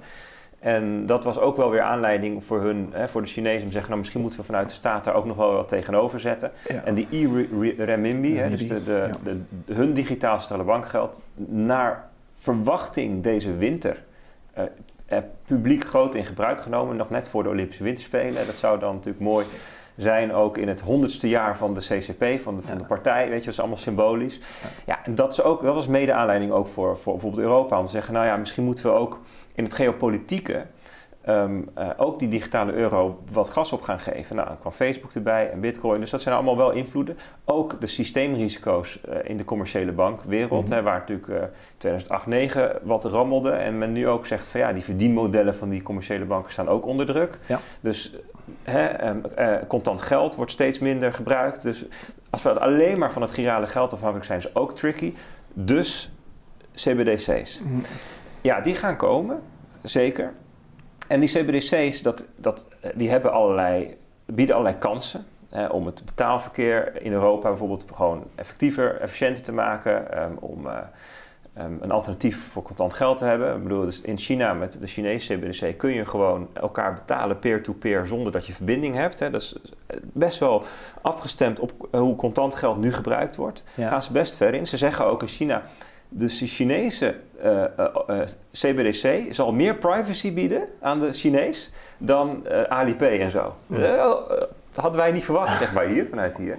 En dat was ook wel weer aanleiding voor hun, hè, voor de Chinezen om te zeggen, nou misschien moeten we vanuit de staat daar ook nog wel wat tegenover zetten. Ja. En die e-renminbi, hè, dus de, de, ja. de, de, hun digitaal stellen bankgeld, naar verwachting deze winter uh, uh, publiek groot in gebruik genomen, nog net voor de Olympische Winterspelen. Dat zou dan natuurlijk mooi zijn ook in het honderdste jaar van de C C P, van de, van ja. de partij, weet je, dat is allemaal symbolisch. Ja, ja en dat, is ook, dat was mede aanleiding ook voor, voor bijvoorbeeld Europa, om te zeggen, nou ja, misschien moeten we ook in het geopolitieke um, uh, ook die digitale euro wat gas op gaan geven. Nou, dan kwam Facebook erbij en Bitcoin, dus dat zijn allemaal wel invloeden. Ook de systeemrisico's uh, in de commerciële bankwereld, mm-hmm. hè, waar natuurlijk uh, tweeduizend acht negen wat rammelde en men nu ook zegt van ja, die verdienmodellen van die commerciële banken staan ook onder druk. Ja. Dus He, um, uh, contant geld wordt steeds minder gebruikt. Dus als we alleen maar van het girale geld afhankelijk zijn, is ook tricky. Dus C B D C's. Mm. Ja, die gaan komen, zeker. En die C B D C's, dat, dat, die hebben allerlei, bieden allerlei kansen. Hè, om het betaalverkeer in Europa bijvoorbeeld gewoon effectiever, efficiënter te maken. Um, om... Uh, Um, een alternatief voor contant geld te hebben. Ik bedoel, dus in China met de Chinese C B D C kun je gewoon elkaar betalen peer-to-peer zonder dat je verbinding hebt. Hè. Dat is best wel afgestemd op hoe contant geld nu gebruikt wordt. Daar ja. gaan ze best ver in. Ze zeggen ook in China, de Chinese uh, uh, uh, C B D C zal meer privacy bieden aan de Chinees dan uh, Alipay en zo. Ja. Uh, dat hadden wij niet verwacht, zeg maar hier, vanuit hier.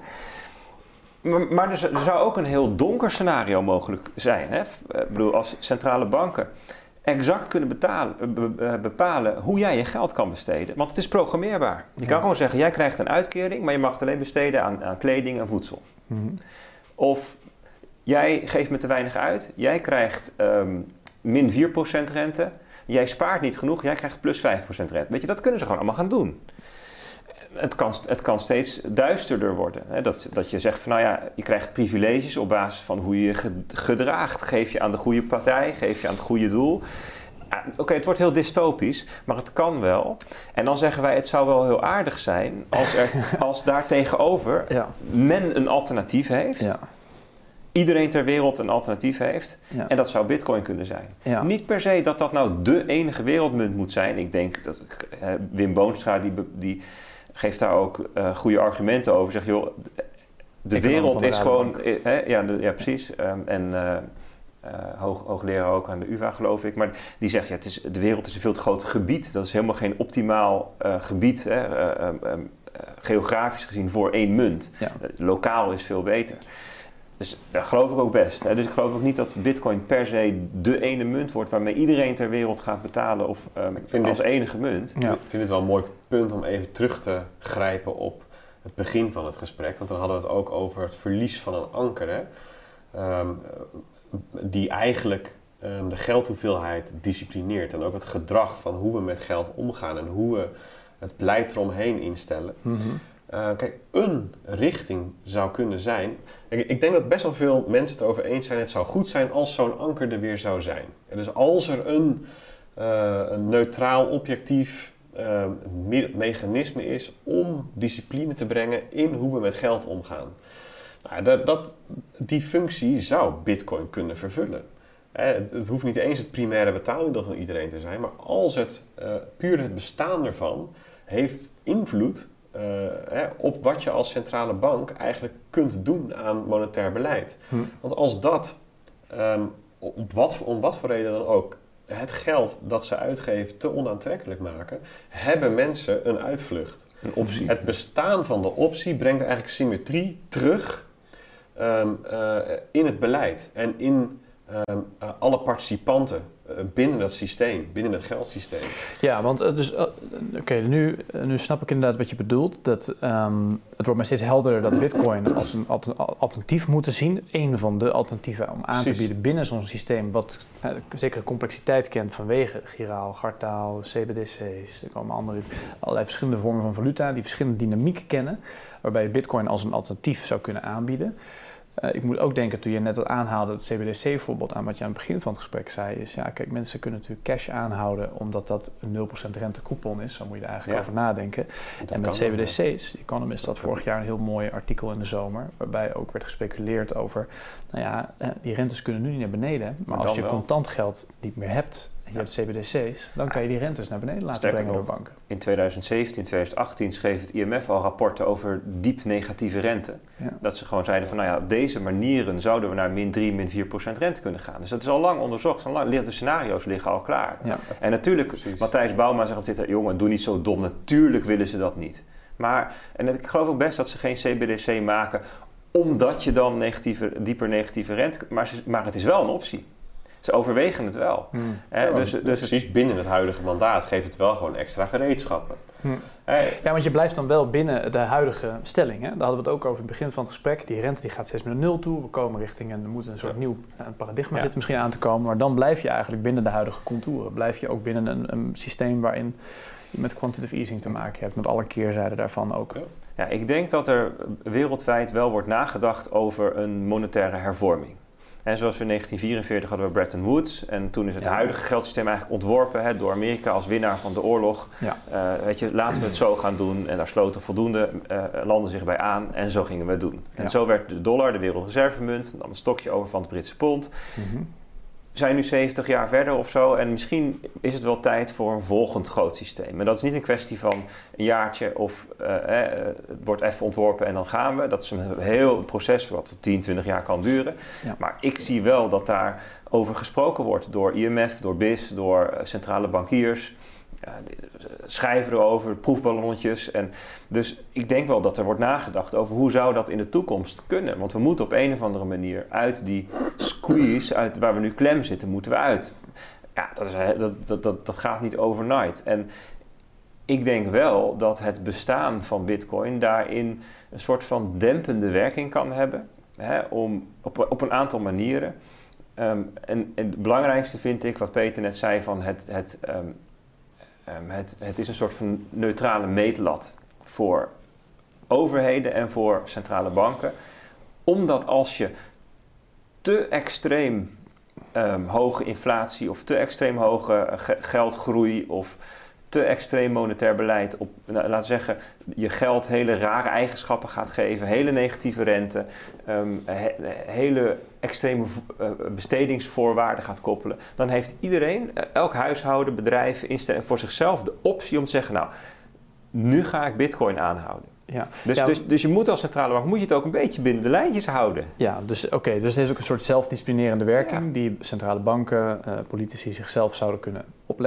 Maar, maar er, er zou ook een heel donker scenario mogelijk zijn. Hè? Ik bedoel, als centrale banken exact kunnen betalen, be, bepalen hoe jij je geld kan besteden. Want het is programmeerbaar. Je kan ja. gewoon zeggen, jij krijgt een uitkering, maar je mag het alleen besteden aan, aan kleding en voedsel. Mm-hmm. Of jij geeft me te weinig uit, jij krijgt um, min vier procent rente, jij spaart niet genoeg, jij krijgt plus vijf procent rente. Weet je, dat kunnen ze gewoon allemaal gaan doen. Het kan, het kan steeds duisterder worden. Hè? Dat, dat je zegt van nou ja, je krijgt privileges op basis van hoe je je gedraagt. Geef je aan de goede partij, geef je aan het goede doel. Ja, Oké, okay, het wordt heel dystopisch, maar het kan wel. En dan zeggen wij, het zou wel heel aardig zijn als, er, als daar tegenover ja. men een alternatief heeft. Ja. Iedereen ter wereld een alternatief heeft. Ja. En dat zou Bitcoin kunnen zijn. Ja. Niet per se dat dat nou de enige wereldmunt moet zijn. Ik denk dat uh, Wim Boonstra, die... die geeft daar ook uh, goede argumenten over. Zeg, joh, de wereld is gewoon... Hè, ja, de, ja, precies. Um, en uh, uh, hoog, hoogleraar ook aan de U vA, geloof ik. Maar die zegt, ja, het is, de wereld is een veel te groot gebied. Dat is helemaal geen optimaal uh, gebied, hè, uh, um, uh, geografisch gezien, voor één munt. Ja. Uh, lokaal is veel beter. Dus dat geloof ik ook best. Hè. Dus ik geloof ook niet dat bitcoin per se de ene munt wordt waarmee iedereen ter wereld gaat betalen of um, ik vind als dit, enige munt. Ja. Ik vind het wel een mooi punt om even terug te grijpen op het begin van het gesprek. Want dan hadden we het ook over het verlies van een anker. Hè? Um, die eigenlijk um, de geldhoeveelheid disciplineert. En ook het gedrag van hoe we met geld omgaan en hoe we het beleid eromheen instellen. Mm-hmm. Uh, kijk, een richting zou kunnen zijn. Ik, ik denk dat best wel veel mensen het over eens zijn. Het zou goed zijn als zo'n anker er weer zou zijn. En dus als er een, uh, een neutraal, objectief uh, me- mechanisme is om discipline te brengen in hoe we met geld omgaan. Nou, dat, dat, die functie zou Bitcoin kunnen vervullen. Hè, het, het hoeft niet eens het primaire betaalmiddel van iedereen te zijn, maar als het uh, puur het bestaan ervan heeft invloed uh, hè, op wat je als centrale bank eigenlijk kunt doen aan monetair beleid. Hm. Want als dat, um, op wat, om wat voor reden dan ook, het geld dat ze uitgeven te onaantrekkelijk maken, hebben mensen een uitvlucht. Een optie. Het bestaan van de optie brengt eigenlijk symmetrie terug um, uh, in het beleid en in um, uh, alle participanten uh, binnen dat systeem, binnen het geldsysteem. Ja, want uh, dus, uh, oké, okay, nu, uh, nu snap ik inderdaad wat je bedoelt. Dat, um, het wordt mij steeds helderder dat Bitcoin als een alt- alternatief moeten zien. Een van de alternatieven om aan Precies. te bieden binnen zo'n systeem wat uh, zekere complexiteit kent vanwege giraal, gartaal, C B D C's. Er komen andere, allerlei verschillende vormen van valuta die verschillende dynamieken kennen, waarbij je Bitcoin als een alternatief zou kunnen aanbieden. Uh, ik moet ook denken, toen je net al aanhaalde, het C B D C voorbeeld aan wat je aan het begin van het gesprek zei, is ja, kijk, mensen kunnen natuurlijk cash aanhouden omdat dat een nul procent rente coupon is, zo moet je er eigenlijk ja. over nadenken. Dat en met C B D C's, The Economist had vorig jaar een heel mooi artikel in de zomer, waarbij ook werd gespeculeerd over, nou ja, uh, die rentes kunnen nu niet naar beneden, maar, maar als je wel. contant geld niet meer hebt, en je ja. hebt C B D C's, dan kan je die rentes naar beneden laten Sterker brengen door banken. In twintig zeventien, twintig achttien schreef het I M F al rapporten over diep negatieve rente. Ja. Dat ze gewoon zeiden van, nou ja, op deze manieren zouden we naar min drie, min vier procent rente kunnen gaan. Dus dat is al lang onderzocht, al lang, de scenario's liggen al klaar. Ja. En natuurlijk, Precies. Matthijs Bouma zegt op dit, jongen, doe niet zo dom, natuurlijk willen ze dat niet. Maar, en ik geloof ook best dat ze geen C B D C maken, omdat je dan negatieve, dieper negatieve rente, maar, maar het is wel een optie. Ze overwegen het wel. Hmm. Ja, dus, dus precies, het, binnen het huidige mandaat geeft het wel gewoon extra gereedschappen. Hmm. Hey. Ja, want je blijft dan wel binnen de huidige stelling. Hè? Daar hadden we het ook over in het begin van het gesprek. Die rente die gaat steeds meer naar nul toe. We komen richting en er moet een soort ja. nieuw een paradigma ja. zitten misschien aan te komen. Maar dan blijf je eigenlijk binnen de huidige contouren. Blijf je ook binnen een, een systeem waarin je met quantitative easing te maken hebt. Met alle keerzijden daarvan ook. Ja. Ja, ik denk dat er wereldwijd wel wordt nagedacht over een monetaire hervorming. En zoals we in negentien vierenveertig hadden we Bretton Woods. En toen is het ja. huidige geldsysteem eigenlijk ontworpen hè, door Amerika als winnaar van de oorlog. Ja. Uh, weet je, laten we het zo gaan doen. En daar sloten voldoende uh, landen zich bij aan. En zo gingen we het doen. En ja. zo werd de dollar, de wereldreservemunt, dan een stokje over van het Britse pond. Mm-hmm. We zijn nu zeventig jaar verder of zo en misschien is het wel tijd voor een volgend groot systeem. En dat is niet een kwestie van een jaartje of uh, eh, het wordt even ontworpen en dan gaan we. Dat is een heel proces wat tien, twintig jaar kan duren. Ja. Maar ik zie wel dat daar over gesproken wordt door I M F, door B I S, door uh, centrale bankiers. Uh, schrijven erover, proefballonnetjes. En dus ik denk wel dat er wordt nagedacht over hoe zou dat in de toekomst kunnen. Want we moeten op een of andere manier uit die squeeze, uit waar we nu klem zitten, moeten we uit. Ja, dat, is, dat, dat, dat, dat gaat niet overnight. En ik denk wel dat het bestaan van Bitcoin daarin een soort van dempende werking kan hebben. Hè, om, op, op een aantal manieren. Um, en, en het belangrijkste vind ik, wat Peter net zei, van het... het um, Um, het, het is een soort van neutrale meetlat voor overheden en voor centrale banken. Omdat als je te extreem um, hoge inflatie of te extreem hoge ge- geldgroei of te extreem monetair beleid op, nou, laten we zeggen, je geld hele rare eigenschappen gaat geven, hele negatieve rente, um, he, hele extreme uh, bestedingsvoorwaarden gaat koppelen, dan heeft iedereen, uh, elk huishouden, bedrijf, instelling voor zichzelf de optie om te zeggen, nou, nu ga ik Bitcoin aanhouden. Ja. Dus, ja, dus, dus je moet als centrale bank moet je het ook een beetje binnen de lijntjes houden. Ja, dus oké, okay, dus er is ook een soort zelfdisciplinerende werking ja. die centrale banken, uh, politici zichzelf zouden kunnen opleggen.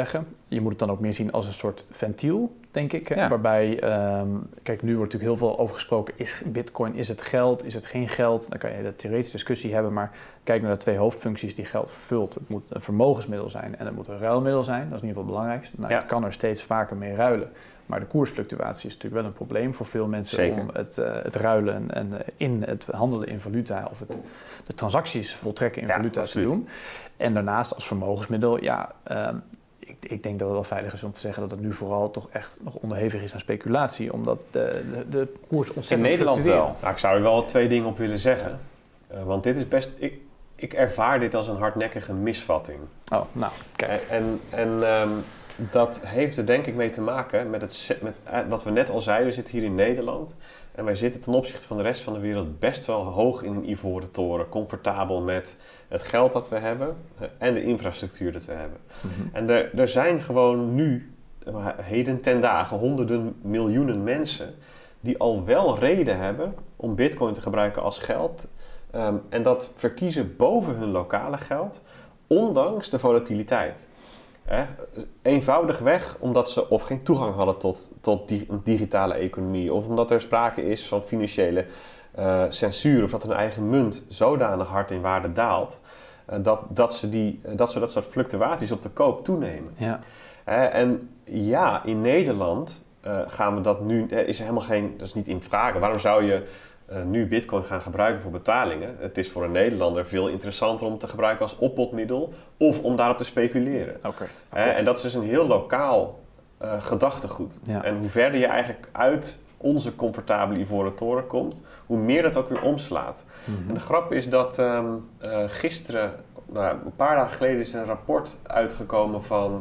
je moet het dan ook meer zien als een soort ventiel, denk ik. Hè? Ja. Waarbij, um, kijk, nu wordt natuurlijk heel veel over gesproken. Is bitcoin, is het geld, is het geen geld? Dan kan je de theoretische discussie hebben, maar kijk naar de twee hoofdfuncties die geld vervult. Het moet een vermogensmiddel zijn en het moet een ruilmiddel zijn. Dat is in ieder geval het belangrijkste. Nou, Ja. Het kan er steeds vaker mee ruilen. Maar de koersfluctuatie is natuurlijk wel een probleem voor veel mensen. Zeker. Om het, uh, het ruilen en, en uh, in het handelen in valuta of het, de transacties voltrekken in Ja, valuta absoluut. te doen. En daarnaast als vermogensmiddel, ja, um, ik, ik denk dat het wel veilig is om te zeggen dat het nu vooral toch echt nog onderhevig is aan speculatie. Omdat de, de, de koers ontzettend In Nederland fluctueert. wel. Nou, ik zou er wel twee dingen op willen zeggen. Uh, want dit is best... Ik, ik ervaar dit als een hardnekkige misvatting. Oh, nou, kijk. En, en um, dat heeft er denk ik mee te maken met, het, met uh, wat we net al zeiden. We zitten hier in Nederland. En wij zitten ten opzichte van de rest van de wereld best wel hoog in een ivoren toren. Comfortabel met het geld dat we hebben uh, en de infrastructuur dat we hebben. Mm-hmm. En er, er zijn gewoon nu, uh, heden ten dagen, honderden miljoenen mensen die al wel reden hebben om bitcoin te gebruiken als geld. Um, en dat verkiezen boven hun lokale geld, ondanks de volatiliteit. Eh, eenvoudigweg omdat ze of geen toegang hadden tot, tot die, een digitale economie, of omdat er sprake is van financiële uh, censuur, of dat hun eigen munt zodanig hard in waarde daalt, uh, dat, dat, ze die, uh, dat ze dat soort fluctuaties op de koop toenemen. Ja. Eh, en ja, in Nederland uh, gaan we dat nu, uh, is er helemaal geen, dat is niet in vragen. Waarom zou je Uh, nu bitcoin gaan gebruiken voor betalingen? Het is voor een Nederlander veel interessanter om te gebruiken als opbodmiddel of om daarop te speculeren. Okay. Uh, en dat is dus een heel lokaal uh, gedachtegoed. Ja. En hoe verder je eigenlijk uit onze comfortabele ivoren toren komt, hoe meer dat ook weer omslaat. Mm-hmm. En de grap is dat um, uh, gisteren, nou, een paar dagen geleden is een rapport uitgekomen van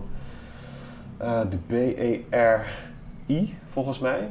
uh, de B E R I, volgens mij.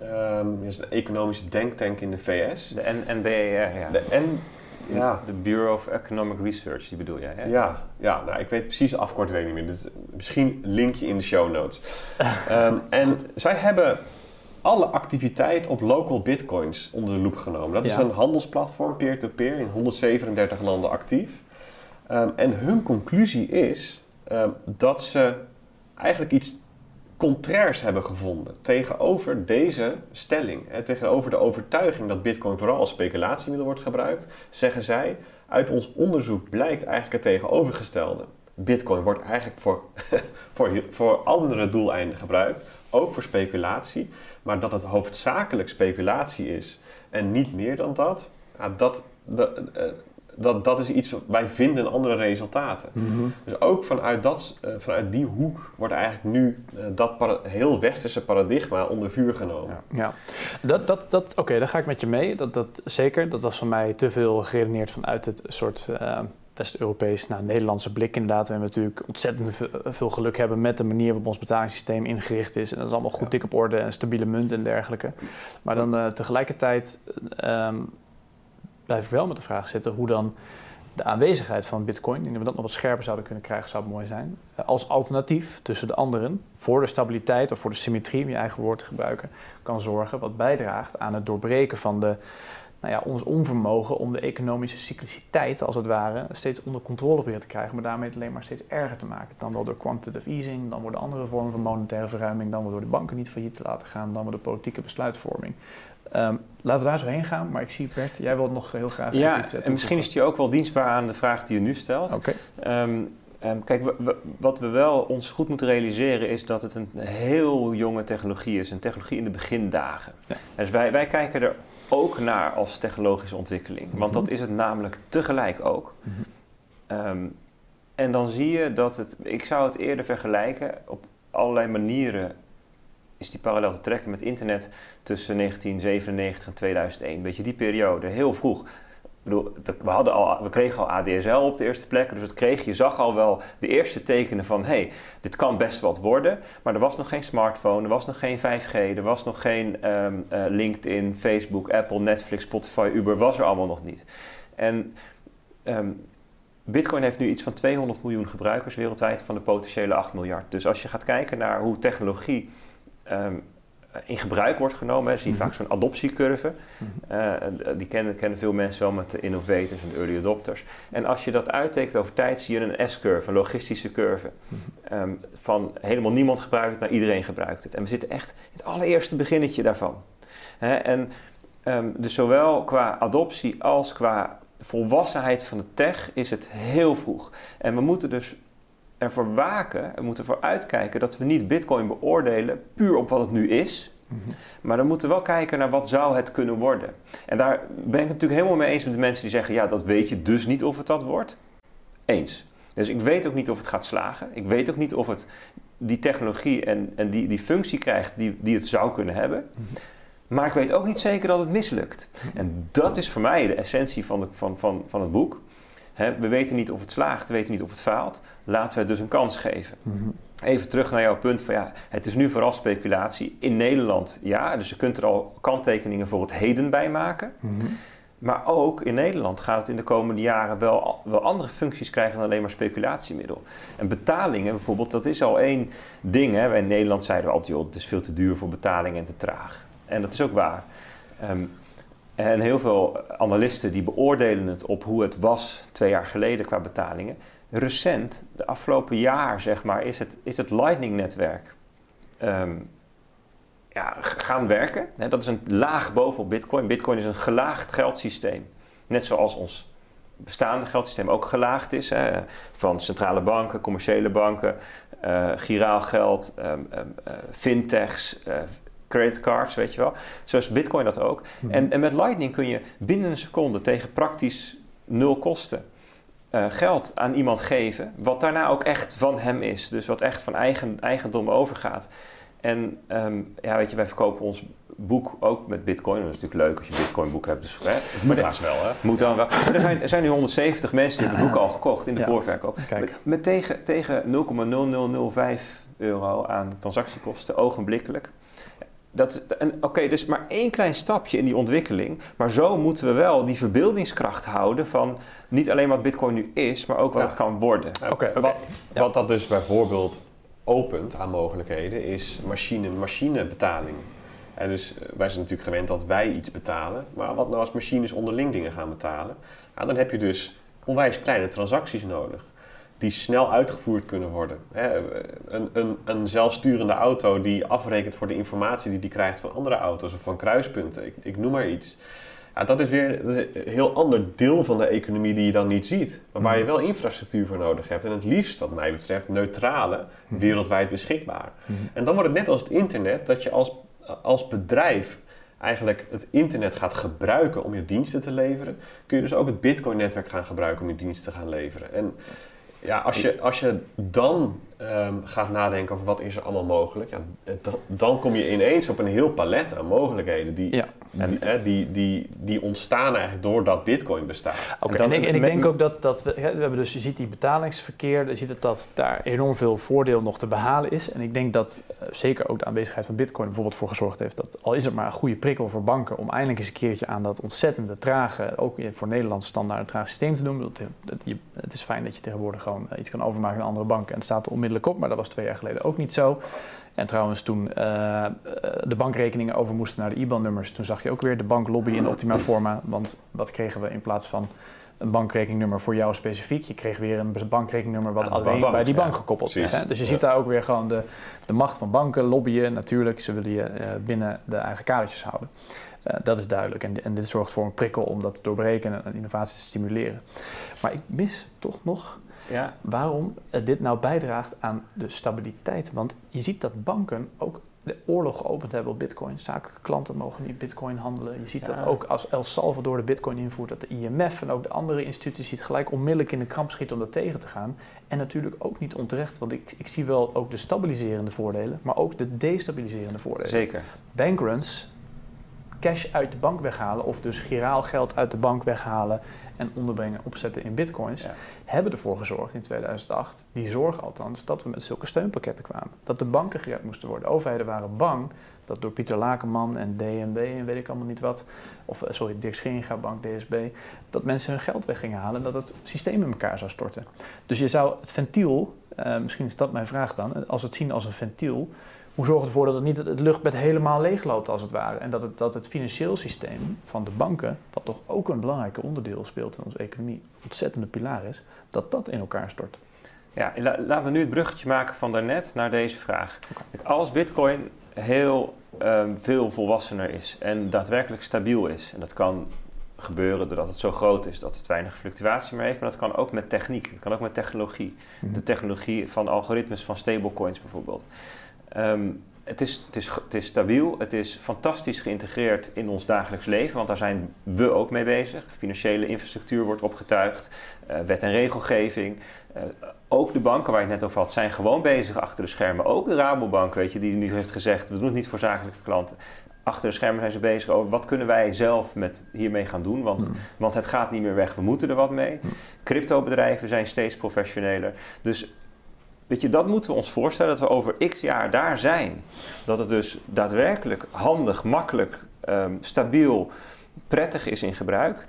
Um, dat is een economische denktank in de V S. De N B E R, ja. De N, ja. De Bureau of Economic Research, die bedoel jij, hè? Ja, ja, nou, ik weet precies de afkorting weet ik niet meer. Dus misschien een linkje in de show notes. um, en zij hebben alle activiteit op local bitcoins onder de loep genomen. Dat is Ja. een handelsplatform, peer-to-peer, in honderdzevenendertig landen actief. Um, en hun conclusie is um, dat ze eigenlijk iets contrairs hebben gevonden tegenover deze stelling. Hè, tegenover de overtuiging dat bitcoin vooral als speculatiemiddel wordt gebruikt, zeggen zij, uit ons onderzoek blijkt eigenlijk het tegenovergestelde. Bitcoin wordt eigenlijk voor, voor, voor andere doeleinden gebruikt, ook voor speculatie, maar dat het hoofdzakelijk speculatie is en niet meer dan dat, ja, dat, dat, dat, dat is iets, wij vinden andere resultaten. Mm-hmm. Dus ook vanuit, dat, uh, vanuit die hoek wordt eigenlijk nu uh, dat para- heel westerse paradigma onder vuur genomen. Ja, ja. Dat, dat, dat, Oké, okay, daar ga ik met je mee. Dat, dat, zeker, dat was voor mij te veel geredeneerd vanuit het soort uh, West-Europees, nou, Nederlandse blik inderdaad. We hebben natuurlijk ontzettend veel, veel geluk hebben met de manier waarop ons betalingssysteem ingericht is. En dat is allemaal goed, ja, dik op orde en stabiele munt en dergelijke. Maar dan uh, tegelijkertijd um, blijf ik wel met de vraag zitten hoe dan de aanwezigheid van bitcoin, ik denk dat we dat nog wat scherper zouden kunnen krijgen, zou het mooi zijn, als alternatief tussen de anderen voor de stabiliteit of voor de symmetrie, om je eigen woord te gebruiken, kan zorgen, wat bijdraagt aan het doorbreken van de, nou ja, ons onvermogen om de economische cycliciteit, als het ware, steeds onder controle proberen te krijgen, maar daarmee het alleen maar steeds erger te maken. Dan wel door quantitative easing, dan worden andere vormen van monetaire verruiming, dan wel door de banken niet failliet te laten gaan, dan wel de politieke besluitvorming. Um, laten we daar zo heen gaan, maar ik zie Bert, jij wilt nog heel graag ja, iets uh, en misschien is die ook wel dienstbaar aan de vraag die je nu stelt. Okay. Um, um, kijk, w- w- wat we wel ons goed moeten realiseren is dat het een heel jonge technologie is, een technologie in de begindagen. Ja. Dus wij, wij kijken er ook naar als technologische ontwikkeling, want Mm-hmm. dat is het namelijk tegelijk ook. Mm-hmm. Um, en dan zie je dat het, ik zou het eerder vergelijken op allerlei manieren, is die parallel te trekken met internet tussen negentien zevenennegentig en tweeduizend één. Weet je, die periode, heel vroeg. Ik bedoel, we, we, hadden al, we kregen al A D S L op de eerste plek, dus het kreeg, je zag al wel de eerste tekenen van, hé, hey, dit kan best wat worden. Maar er was nog geen smartphone, er was nog geen vijf G, er was nog geen um, uh, LinkedIn, Facebook, Apple, Netflix, Spotify, Uber, was er allemaal nog niet. En um, Bitcoin heeft nu iets van tweehonderd miljoen gebruikers wereldwijd van de potentiële acht miljard. Dus als je gaat kijken naar hoe technologie Um, in gebruik wordt genomen. Hè. Zie je Mm-hmm. vaak zo'n adoptiecurve. Mm-hmm. Uh, die kennen, kennen veel mensen wel met de innovators en de early adopters. En als je dat uittekent over tijd, zie je een S-curve, een logistische curve. Mm-hmm. Um, van helemaal niemand gebruikt het naar iedereen gebruikt het. En we zitten echt in het allereerste beginnetje daarvan. Hè. En um, dus zowel qua adoptie als qua volwassenheid van de tech is het heel vroeg. En we moeten dus ervoor waken, we moeten ervoor uitkijken dat we niet Bitcoin beoordelen puur op wat het nu is. Mm-hmm. Maar dan moeten we wel kijken naar wat zou het kunnen worden. En daar ben ik het natuurlijk helemaal mee eens met de mensen die zeggen, ja, dat weet je dus niet of het dat wordt. Eens. Dus ik weet ook niet of het gaat slagen. Ik weet ook niet of het die technologie en, en die, die functie krijgt die, die het zou kunnen hebben. Mm-hmm. Maar ik weet ook niet zeker dat het mislukt. En dat is voor mij de essentie van, de, van, van, van het boek. He, we weten niet of het slaagt, we weten niet of het faalt. Laten we het dus een kans geven. Mm-hmm. Even terug naar jouw punt van ja, het is nu vooral speculatie. In Nederland, ja, dus je kunt er al kanttekeningen voor het heden bij maken. Mm-hmm. Maar ook in Nederland gaat het in de komende jaren wel, wel andere functies krijgen dan alleen maar speculatiemiddel. En betalingen bijvoorbeeld, dat is al één ding. Hè. Wij in Nederland zeiden we altijd, joh, het is veel te duur voor betalingen en te traag. En dat is ook waar. Um, en heel veel analisten die beoordelen het op hoe het was twee jaar geleden qua betalingen. Recent, de afgelopen jaar zeg maar, is het, is het Lightning-netwerk um, ja, gaan werken. He, dat is een laag bovenop Bitcoin. Bitcoin is een gelaagd geldsysteem. Net zoals ons bestaande geldsysteem ook gelaagd is. Hè, van centrale banken, commerciële banken, uh, giraal geld, um, um, uh, fintechs, uh, creditcards, weet je wel. Zoals Bitcoin dat ook. Hmm. En, en met Lightning kun je binnen een seconde tegen praktisch nul kosten uh, geld aan iemand geven, wat daarna ook echt van hem is. Dus wat echt van eigen, eigendom overgaat. En um, ja, weet je, wij verkopen ons boek ook met Bitcoin. Dat is natuurlijk leuk als je een Bitcoin boek hebt. Dus, hè, moet trouwens wel, hè? Moet dan wel. Er zijn, er zijn nu honderdzeventig mensen die hebben het boek al gekocht in de ja. voorverkoop. Met, met tegen, tegen nul komma nul nul nul vijf euro aan transactiekosten, ogenblikkelijk. Oké, okay, dus maar één klein stapje in die ontwikkeling. Maar zo moeten we wel die verbeeldingskracht houden van niet alleen wat Bitcoin nu is, maar ook wat ja. het kan worden. Okay, okay. Wat, ja. wat dat dus bijvoorbeeld opent aan mogelijkheden is machine-machine betaling. En dus wij zijn natuurlijk gewend dat wij iets betalen. Maar wat nou als machines onderling dingen gaan betalen? Nou, dan heb je dus onwijs kleine transacties nodig. Die snel uitgevoerd kunnen worden. He, een, een, een zelfsturende auto die afrekent voor de informatie die die krijgt van andere auto's of van kruispunten. Ik, ik noem maar iets. Ja, dat is weer dat is een heel ander deel van de economie die je dan niet ziet. Maar waar je wel infrastructuur voor nodig hebt. En het liefst, wat mij betreft, neutrale, wereldwijd beschikbaar. Mm-hmm. En dan wordt het net als het internet, dat je als, als bedrijf eigenlijk het internet gaat gebruiken om je diensten te leveren. Kun je dus ook het Bitcoin-netwerk gaan gebruiken om je diensten te gaan leveren. En ja, als je, als je dan um, gaat nadenken over wat is er allemaal mogelijk, ja, d- dan kom je ineens op een heel palet aan mogelijkheden die, ja. die, eh, die, die, die ontstaan eigenlijk doordat Bitcoin bestaat. Oké, okay, en, en ik, en ik denk ook dat, dat we, we hebben dus, je ziet die betalingsverkeer, je ziet het dat daar enorm veel voordeel nog te behalen is. En ik denk dat uh, zeker ook de aanwezigheid van Bitcoin bijvoorbeeld voor gezorgd heeft dat, al is het maar een goede prikkel voor banken, om eindelijk eens een keertje aan dat ontzettende trage, ook voor Nederland standaard een traag systeem te doen. Dat, dat je, het is fijn dat je tegenwoordig gewoon uh, iets kan overmaken naar andere banken en het staat er onmiddellijk op, maar dat was twee jaar geleden ook niet zo. En trouwens, toen uh, de bankrekeningen over moesten naar de I B A N-nummers, toen zag je ook weer de banklobby in optima forma. Want wat kregen we in plaats van een bankrekeningnummer voor jou specifiek? Je kreeg weer een bankrekeningnummer wat alleen bank, bij die bank ja, gekoppeld is. Hè? Dus je ja. ziet daar ook weer gewoon de, de macht van banken, lobbyen. Natuurlijk, ze willen je uh, binnen de eigen kadertjes houden. Uh, dat is duidelijk. En, en dit zorgt voor een prikkel om dat te doorbreken en innovatie te stimuleren. Maar ik mis toch nog ja. waarom dit nou bijdraagt aan de stabiliteit. Want je ziet dat banken ook de oorlog geopend hebben op Bitcoin. Zakelijke klanten mogen niet Bitcoin handelen. Je ziet ja. dat ook als El Salvador de Bitcoin invoert, dat de I M F en ook de andere instituties het gelijk onmiddellijk in de kramp schieten om dat tegen te gaan. En natuurlijk ook niet onterecht, want ik, ik zie wel ook de stabiliserende voordelen, maar ook de destabiliserende voordelen. Zeker. Bankruns, cash uit de bank weghalen of dus giraal geld uit de bank weghalen en onderbrengen, opzetten in bitcoins, ja. hebben ervoor gezorgd in tweeduizend acht, die zorg althans, dat we met zulke steunpakketten kwamen. Dat de banken gered moesten worden. Overheden waren bang dat door Pieter Lakenman en D N B en weet ik allemaal niet wat, of sorry, Dirk Scheringa Bank, D S B, dat mensen hun geld weg gingen halen en dat het systeem in elkaar zou storten. Dus je zou het ventiel uh, misschien is dat mijn vraag dan, als we het zien als een ventiel, hoe zorgen we ervoor dat het niet het luchtbed helemaal leegloopt als het ware? En dat het, dat het financieel systeem van de banken, wat toch ook een belangrijk onderdeel speelt in onze economie, een ontzettende pilaar is, dat dat in elkaar stort. Ja, la, laten we nu het bruggetje maken van daarnet naar deze vraag. Kijk, als Bitcoin heel um, veel volwassener is en daadwerkelijk stabiel is, en dat kan gebeuren doordat het zo groot is dat het weinig fluctuatie meer heeft, maar dat kan ook met techniek, dat kan ook met technologie. Mm-hmm. De technologie van algoritmes van stablecoins bijvoorbeeld. Um, het, is, het, is, het is stabiel, het is fantastisch geïntegreerd in ons dagelijks leven, want daar zijn we ook mee bezig. Financiële infrastructuur wordt opgetuigd, uh, wet en regelgeving. Uh, ook de banken waar je het net over had, zijn gewoon bezig achter de schermen. Ook de Rabobank, weet je, die nu heeft gezegd, we doen het niet voor zakelijke klanten. Achter de schermen zijn ze bezig over wat kunnen wij zelf met hiermee gaan doen, want, mm. want het gaat niet meer weg, we moeten er wat mee. Mm. Cryptobedrijven zijn steeds professioneler. Dus weet je, dat moeten we ons voorstellen, dat we over x jaar daar zijn. Dat het dus daadwerkelijk handig, makkelijk, um, stabiel, prettig is in gebruik.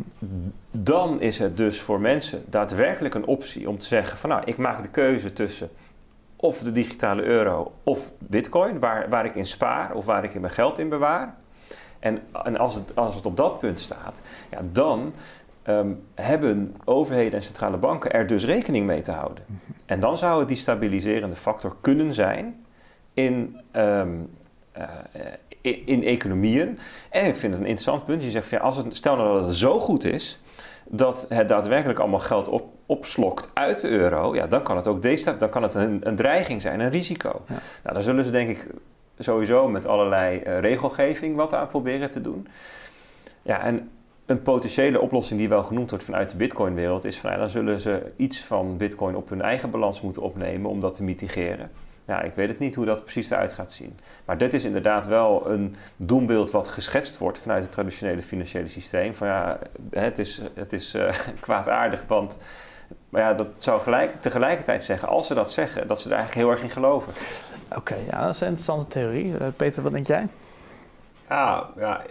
Dan is het dus voor mensen daadwerkelijk een optie om te zeggen van nou, ik maak de keuze tussen of de digitale euro of bitcoin, waar, waar ik in spaar of waar ik in mijn geld in bewaar. En, en als, het, als het op dat punt staat, ja, dan um, hebben overheden en centrale banken er dus rekening mee te houden. En dan zou het die stabiliserende factor kunnen zijn in, um, uh, in, in economieën. En ik vind het een interessant punt. Je zegt, van, ja, als het, stel nou dat het zo goed is dat het daadwerkelijk allemaal geld op, opslokt uit de euro, ja, dan kan het ook desta- dan kan het een, een dreiging zijn, een risico. Ja. Nou, daar zullen ze denk ik sowieso met allerlei uh, regelgeving wat aan proberen te doen. Ja, en een potentiële oplossing die wel genoemd wordt vanuit de Bitcoin-wereld is van, ja, dan zullen ze iets van Bitcoin op hun eigen balans moeten opnemen om dat te mitigeren. Ja, ik weet het niet hoe dat precies eruit gaat zien. Maar dit is inderdaad wel een doembeeld wat geschetst wordt vanuit het traditionele financiële systeem. Van ja, het is, het is uh, kwaadaardig, want maar ja, dat zou gelijk, tegelijkertijd zeggen, als ze dat zeggen, dat ze er eigenlijk heel erg in geloven. Oké, okay, ja, dat is een interessante theorie. Uh, Peter, wat denk jij? Ja, ja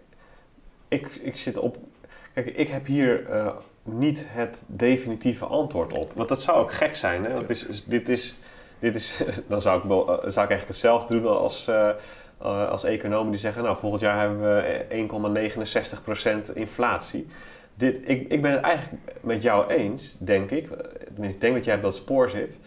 ik, ik zit op... Kijk, ik heb hier uh, niet het definitieve antwoord op. Want dat zou ook gek zijn, hè? Want dit is... Dit is Dit is, dan zou ik, wel, zou ik eigenlijk hetzelfde doen als, uh, uh, als economen die zeggen, nou, volgend jaar hebben we één komma negenenzestig procent inflatie. Dit, ik, ik ben het eigenlijk met jou eens, denk ik. Ik denk dat jij op dat spoor zit.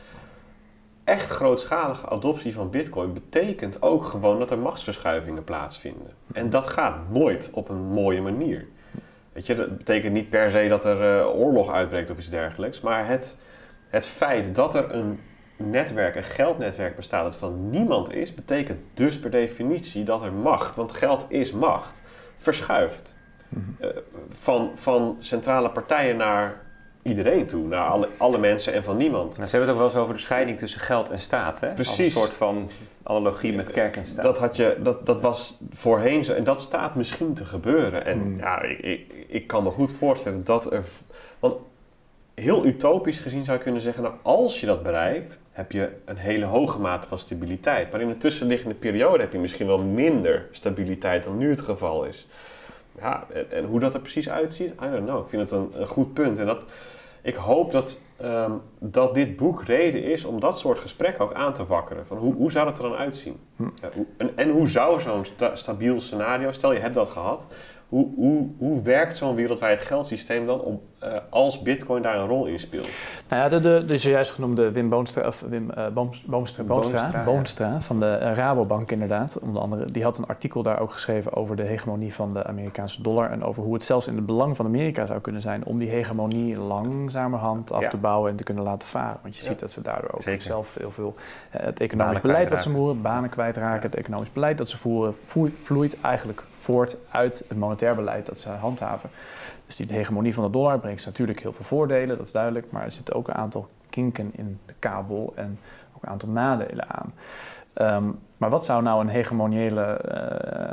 Echt grootschalige adoptie van Bitcoin betekent ook gewoon dat er machtsverschuivingen plaatsvinden. En dat gaat nooit op een mooie manier. Weet je, dat betekent niet per se dat er uh, oorlog uitbreekt of iets dergelijks. Maar het, het feit dat er een netwerk, een geldnetwerk bestaat dat van niemand is, betekent dus per definitie dat er macht, want geld is macht, verschuift. Mm-hmm. Uh, van, van centrale partijen naar iedereen toe, naar alle, alle mensen en van niemand. Nou, ze hebben het ook wel eens over de scheiding tussen geld en staat, hè? Precies. Als een soort van analogie met kerk en staat. Dat, had je, dat, dat was voorheen zo en dat staat misschien te gebeuren. En mm. ja, ik, ik, ik kan me goed voorstellen dat er... Want heel utopisch gezien zou je kunnen zeggen, nou, als je dat bereikt, heb je een hele hoge mate van stabiliteit. Maar in de tussenliggende periode heb je misschien wel minder stabiliteit dan nu het geval is. Ja, en, en hoe dat er precies uitziet, I don't know. Ik vind het een, een goed punt. En dat, ik hoop dat, um, dat dit boek reden is om dat soort gesprekken ook aan te wakkeren. Van hoe, hoe zou dat er dan uitzien? Hm. Ja, hoe, en, en hoe zou zo'n sta, stabiel scenario, stel je hebt dat gehad, Hoe, hoe, hoe werkt zo'n wereldwijd geldsysteem dan om, uh, als Bitcoin daar een rol in speelt? Nou ja, de, de, de zojuist genoemde Wim Boonstra, of Wim uh, Boomstra, Boomstra, Boonstra, Boonstra, Boonstra ja. van de uh, Rabobank inderdaad, onder andere, die had een artikel daar ook geschreven over de hegemonie van de Amerikaanse dollar en over hoe het zelfs in het belang van Amerika zou kunnen zijn om die hegemonie langzamerhand af ja. te bouwen en te kunnen laten varen. Want je ja. ziet dat ze daardoor ook Zeker. zelf heel veel uh, het economisch beleid wat ze voeren, banen kwijtraken, ja. het economisch beleid dat ze voeren, vloeit eigenlijk voort uit het monetair beleid dat ze handhaven. Dus die hegemonie van de dollar brengt natuurlijk heel veel voordelen, dat is duidelijk, maar er zitten ook een aantal kinken in de kabel en ook een aantal nadelen aan. Um, maar wat zou nou een hegemoniële uh,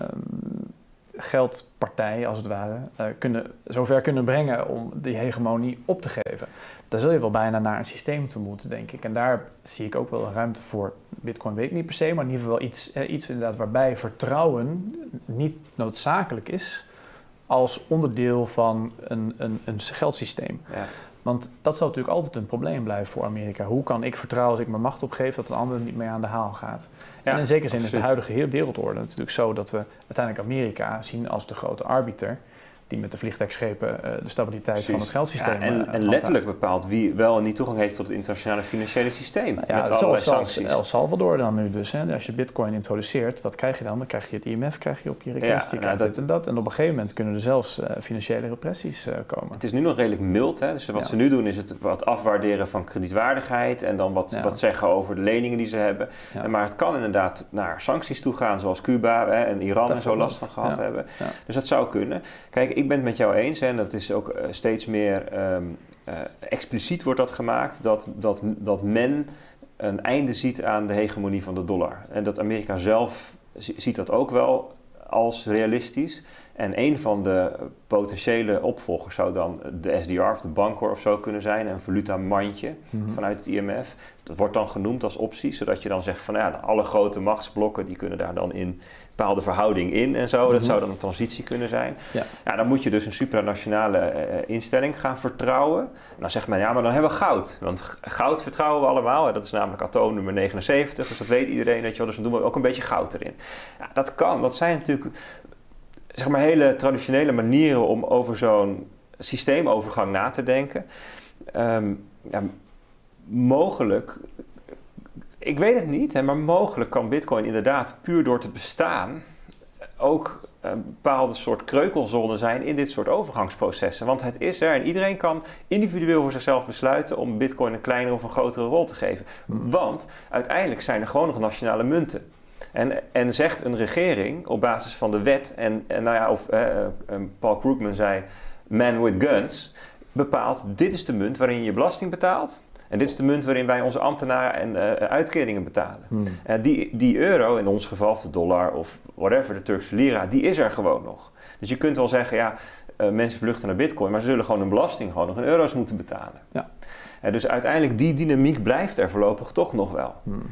geldpartij, als het ware, uh, kunnen, zover kunnen brengen om die hegemonie op te geven? Daar zul je wel bijna naar een systeem toe moeten, denk ik. En daar zie ik ook wel een ruimte voor. Bitcoin weet ik niet per se, maar in ieder geval wel iets, eh, iets inderdaad waarbij vertrouwen niet noodzakelijk is als onderdeel van een, een, een geldsysteem. Ja. Want dat zal natuurlijk altijd een probleem blijven voor Amerika. Hoe kan ik vertrouwen als ik mijn macht opgeef dat een ander niet mee aan de haal gaat? Ja, en in zekere zin is de huidige wereldorde natuurlijk zo dat we uiteindelijk Amerika zien als de grote arbiter die met de vliegtuigschepen uh, de stabiliteit Precies. van het geldsysteem... Ja, en, uh, en letterlijk bepaalt wie wel en niet toegang heeft tot het internationale financiële systeem. Nou ja, met allerlei sancties. El Salvador dan nu dus. Hè. Als je bitcoin introduceert, wat krijg je dan? Dan krijg je het I M F krijg je op je request, ja, nou, dit en dat. En op een gegeven moment kunnen er zelfs uh, financiële repressies uh, komen. Het is nu nog redelijk mild. Hè? Dus wat ja. ze nu doen is het wat afwaarderen van kredietwaardigheid en dan wat, ja. wat zeggen over de leningen die ze hebben. Ja. En maar het kan inderdaad naar sancties toe gaan, zoals Cuba hè, en Iran en zo last van gehad ja. hebben. Ja. Dus dat zou kunnen. Kijk, ik ben het met jou eens. En dat is ook uh, steeds meer um, uh, expliciet wordt dat gemaakt, dat, dat, dat men een einde ziet aan de hegemonie van de dollar. En dat Amerika zelf ziet dat ook wel als realistisch. En een van de potentiële opvolgers zou dan de S D R of de Bancor of zo kunnen zijn, een valutamandje mm-hmm. vanuit het I M F. Dat wordt dan genoemd als optie, zodat je dan zegt van ja, alle grote machtsblokken die kunnen daar dan in bepaalde verhouding in en zo. Mm-hmm. Dat zou dan een transitie kunnen zijn. Ja. Ja, dan moet je dus een supranationale uh, instelling gaan vertrouwen. En dan zegt men ja, maar dan hebben we goud. Want goud vertrouwen we allemaal. Dat is namelijk atoomnummer negenenzeventig, dus dat weet iedereen. Weet je wel, dus dan doen we ook een beetje goud erin. Ja, dat kan, dat zijn natuurlijk zeg maar hele traditionele manieren om over zo'n systeemovergang na te denken. Um, ja, mogelijk, ik weet het niet, hè, maar mogelijk kan Bitcoin inderdaad puur door te bestaan ook een bepaalde soort kreukelzone zijn in dit soort overgangsprocessen. Want het is er en iedereen kan individueel voor zichzelf besluiten om Bitcoin een kleinere of een grotere rol te geven. Want uiteindelijk zijn er gewoon nog nationale munten. En, en zegt een regering op basis van de wet, en, en nou ja, of uh, uh, Paul Krugman zei, man with guns, bepaalt dit is de munt waarin je je belasting betaalt. En dit is de munt waarin wij onze ambtenaren en uh, uitkeringen betalen. Hmm. Uh, die, die euro, in ons geval of de dollar of whatever, de Turkse lira, die is er gewoon nog. Dus je kunt wel zeggen, ja, uh, mensen vluchten naar Bitcoin, maar ze zullen gewoon een belasting gewoon nog in euro's moeten betalen. Ja. Uh, dus uiteindelijk die dynamiek blijft er voorlopig toch nog wel. Hmm.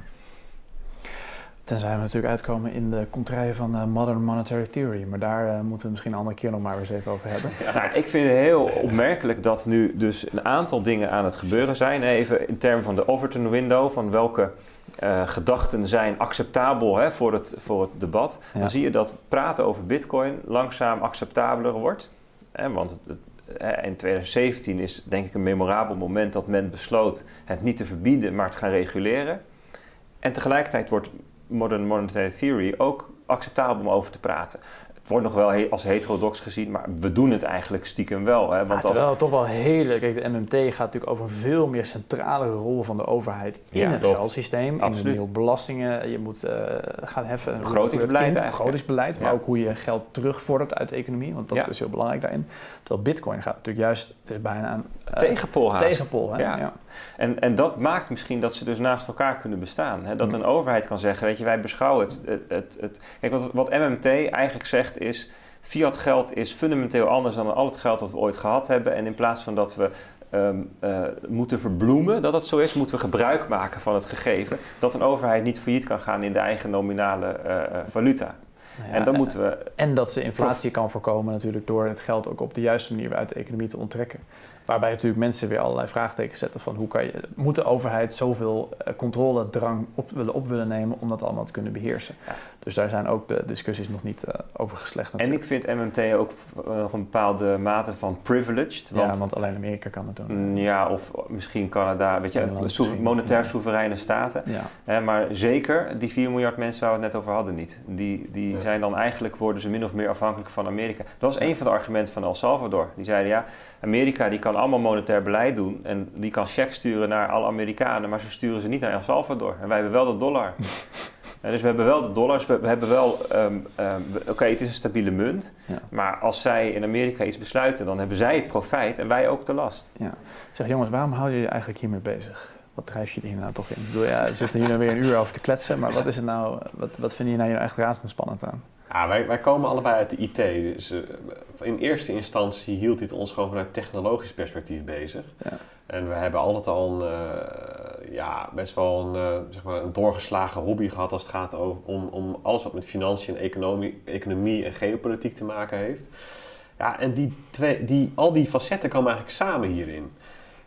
Tenzij we natuurlijk uitkomen in de contraien van uh, Modern Monetary Theory. Maar daar uh, moeten we misschien een andere keer nog maar eens even over hebben. Ja, nou, ik vind het heel opmerkelijk dat nu dus een aantal dingen aan het gebeuren zijn. Even in termen van de Overton window, van welke uh, gedachten zijn acceptabel hè, voor, het, voor het debat. Ja. Dan zie je dat praten over Bitcoin langzaam acceptabeler wordt. Hè, want het, het, in twintig zeventien is denk ik een memorabel moment dat men besloot het niet te verbieden, maar te gaan reguleren. En tegelijkertijd wordt Modern Monetary Theory ook acceptabel om over te praten. Het wordt nog wel he- als heterodox gezien, maar we doen het eigenlijk stiekem wel. Hè? Want ja, terwijl het toch wel hele... Kijk, de M M T gaat natuurlijk over een veel meer centrale rol van de overheid in ja, het klopt. geldsysteem. Absoluut. In de nieuwe belastingen. Je moet uh, gaan heffen. Begrotingsbeleid eigenlijk. Begrotingsbeleid, maar ja. ook hoe je geld terugvordert uit de economie. Want dat ja. is heel belangrijk daarin. Terwijl Bitcoin gaat natuurlijk juist, het is bijna een uh, tegenpol haast. Tegenpol, hè? Ja. Ja. En, en dat maakt misschien dat ze dus naast elkaar kunnen bestaan. Hè? Dat een overheid kan zeggen, weet je, wij beschouwen het... het, het, het kijk, wat, wat M M T eigenlijk zegt is, fiat geld is fundamenteel anders dan al het geld dat we ooit gehad hebben. En in plaats van dat we um, uh, moeten verbloemen dat dat zo is, moeten we gebruik maken van het gegeven dat een overheid niet failliet kan gaan in de eigen nominale uh, valuta. Nou ja, en dan moeten we... En dat ze inflatie kan voorkomen natuurlijk door het geld ook op de juiste manier weer uit de economie te onttrekken. Waarbij natuurlijk mensen weer allerlei vraagtekens zetten van hoe kan je, moet de overheid zoveel uh, controledrang op willen, op willen nemen om dat allemaal te kunnen beheersen. Ja. Dus daar zijn ook de discussies nog niet uh, over geslecht natuurlijk. En ik vind M M T ook nog een bepaalde mate van privileged. Want, ja, want alleen Amerika kan het doen. Ja, of misschien Canada, weet je, soe- monetair ja. soevereine staten. Ja. Eh, maar zeker die vier miljard mensen waar we het net over hadden niet. Die, die ja. zijn dan eigenlijk, worden ze min of meer afhankelijk van Amerika. Dat was een van de argumenten van El Salvador. Die zeiden ja, Amerika die kan allemaal monetair beleid doen en die kan checks sturen naar alle Amerikanen, maar ze sturen ze niet naar El Salvador. En wij hebben wel de dollar. Ja, dus we hebben wel de dollars, we, we hebben wel, um, um, oké, okay, het is een stabiele munt, ja. maar als zij in Amerika iets besluiten, dan hebben zij het profijt en wij ook de last. Ja. Zeg jongens, waarom houden jullie eigenlijk hiermee bezig? Wat drijf je hier nou toch in? Ik bedoel, ja, we zitten hier nou weer een uur over te kletsen, maar wat is het nou, wat, wat vind je nou hier echt razendspannend aan? Ja, wij, wij komen allebei uit de I T, dus uh, in eerste instantie hield dit ons gewoon vanuit technologisch perspectief bezig. Ja. En we hebben altijd al een, uh, ja, best wel een, uh, zeg maar een doorgeslagen hobby gehad als het gaat over, om, om alles wat met financiën en economie, economie en geopolitiek te maken heeft. Ja, en die twee, die, al die facetten komen eigenlijk samen hierin.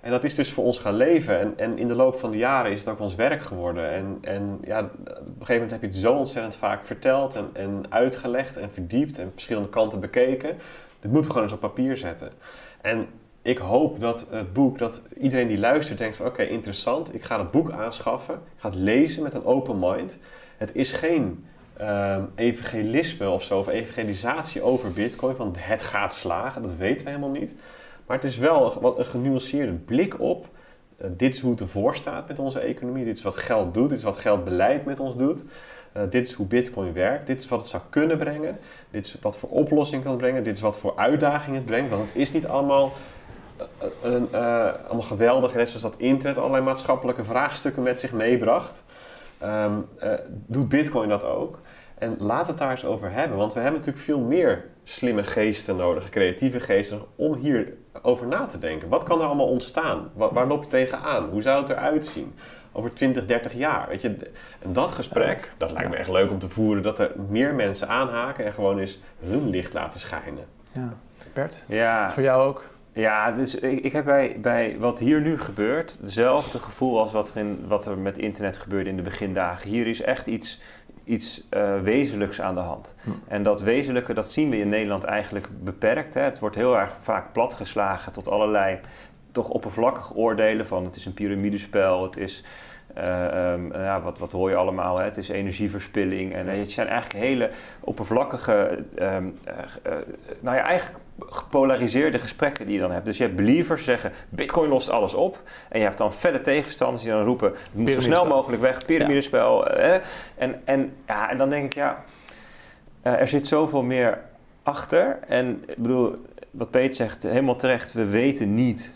En dat is dus voor ons gaan leven. En, en in de loop van de jaren is het ook ons werk geworden. En, en ja, op een gegeven moment heb je het zo ontzettend vaak verteld en, en uitgelegd en verdiept en verschillende kanten bekeken. Dit moeten we gewoon eens op papier zetten. En ik hoop dat het boek, dat iedereen die luistert denkt van oké, okay, interessant. Ik ga het boek aanschaffen. Ik ga het lezen met een open mind. Het is geen um, evangelisme of zo, of evangelisatie over Bitcoin. Van het gaat slagen, dat weten we helemaal niet. Maar het is wel een, een genuanceerde blik op. Uh, dit is hoe het ervoor staat met onze economie. Dit is wat geld doet. Dit is wat geldbeleid met ons doet. Uh, dit is hoe Bitcoin werkt. Dit is wat het zou kunnen brengen. Dit is wat voor oplossing kan het brengen. Dit is wat voor uitdagingen het brengt. Want het is niet allemaal, uh, uh, uh, allemaal geweldig. Net zoals dat internet allerlei maatschappelijke vraagstukken met zich meebracht. Um, uh, doet Bitcoin dat ook? En laat het daar eens over hebben. Want we hebben natuurlijk veel meer slimme geesten nodig, creatieve geesten, om hier over na te denken. Wat kan er allemaal ontstaan? Waar, waar loop je tegenaan? Hoe zou het eruit zien? Over twintig, dertig jaar. Weet je? En dat gesprek, dat lijkt me echt leuk om te voeren. Dat er meer mensen aanhaken en gewoon eens hun licht laten schijnen. Ja. Bert, ja. Is voor jou ook? Ja, dus ik, ik heb bij, bij wat hier nu gebeurt, hetzelfde gevoel als wat er, in, wat er met internet gebeurde in de begindagen. Hier is echt iets, iets uh, wezenlijks aan de hand. Hm. En dat wezenlijke, dat zien we in Nederland eigenlijk beperkt. Hè. Het wordt heel erg vaak platgeslagen tot allerlei toch oppervlakkige oordelen van het is een piramidespel, het is... Uh, um, ja, wat, wat hoor je allemaal? Hè? Het is energieverspilling. En uh, het zijn eigenlijk hele oppervlakkige, um, uh, uh, nou ja, eigenlijk gepolariseerde gesprekken die je dan hebt. Dus je hebt believers die zeggen, Bitcoin lost alles op. En je hebt dan verder tegenstanders die dan roepen, het moet zo snel mogelijk weg, piramidespel. Ja. Uh, en, en, ja, en dan denk ik, ja, uh, er zit zoveel meer achter. En ik bedoel, wat Peter zegt, helemaal terecht, we weten niet...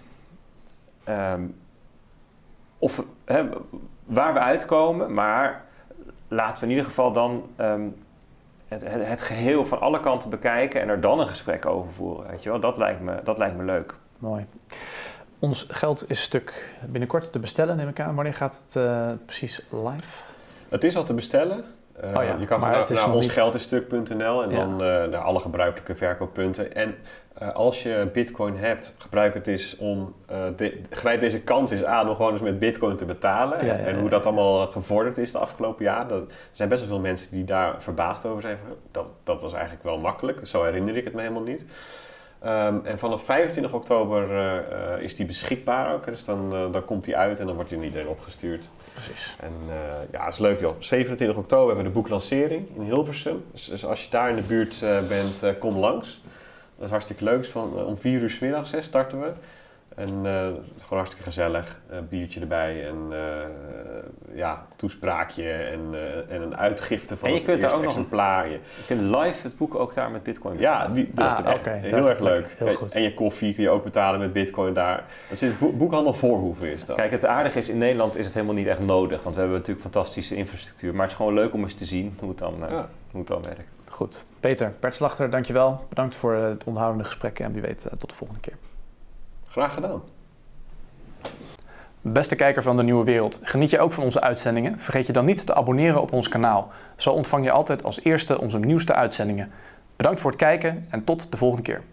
Um, Of hè, waar we uitkomen, maar laten we in ieder geval dan um, het, het, het geheel van alle kanten bekijken en er dan een gesprek over voeren. Weet je wel? Dat lijkt me, dat lijkt me leuk. Mooi. Ons geld is stuk binnenkort te bestellen, neem ik aan. Wanneer gaat het uh, precies live? Het is al te bestellen. Uh, oh ja, je kan naar, naar onsgeldisstuk punt n l en ja. dan uh, naar alle gebruikelijke verkooppunten. En uh, als je Bitcoin hebt, gebruik het eens om, uh, de, grijp deze kans eens aan om gewoon eens met Bitcoin te betalen. Ja, ja, ja, en hoe dat allemaal gevorderd is de afgelopen jaar. Dat, er zijn best wel veel mensen die daar verbaasd over zijn. Dat, dat was eigenlijk wel makkelijk, zo herinner ik het me helemaal niet. Um, en vanaf vijfentwintig oktober uh, uh, is die beschikbaar ook. Dus dan, uh, dan komt die uit en dan wordt die aan iedereen opgestuurd. Precies. En uh, ja, het is leuk joh. zevenentwintig oktober hebben we de boeklancering in Hilversum. Dus, dus als je daar in de buurt uh, bent, uh, kom langs. Dat is hartstikke leuk. Van, uh, om vier uur 's middags hè, starten we. En uh, het is gewoon hartstikke gezellig. Uh, biertje erbij en uh, ja, toespraakje en, uh, en een uitgifte van en je het kunt eerste daar ook exemplaar. Nog, je kunt live het boek ook daar met Bitcoin betalen. Ja, die, dat ah, is echt okay. heel erg leuk. Heel goed. En je koffie kun je ook betalen met Bitcoin daar. Het is boek, boekhandel Voorhoeven is dat. Kijk, het aardige is, in Nederland is het helemaal niet echt nodig. Want we hebben natuurlijk fantastische infrastructuur. Maar het is gewoon leuk om eens te zien hoe het dan, uh, ja. hoe het dan werkt. Goed. Peter, Bert Slachter, dankjewel. Bedankt voor het onderhoudende gesprek en wie weet uh, tot de volgende keer. Graag gedaan. Beste kijker van De Nieuwe Wereld, geniet je ook van onze uitzendingen? Vergeet je dan niet te abonneren op ons kanaal. Zo ontvang je altijd als eerste onze nieuwste uitzendingen. Bedankt voor het kijken en tot de volgende keer.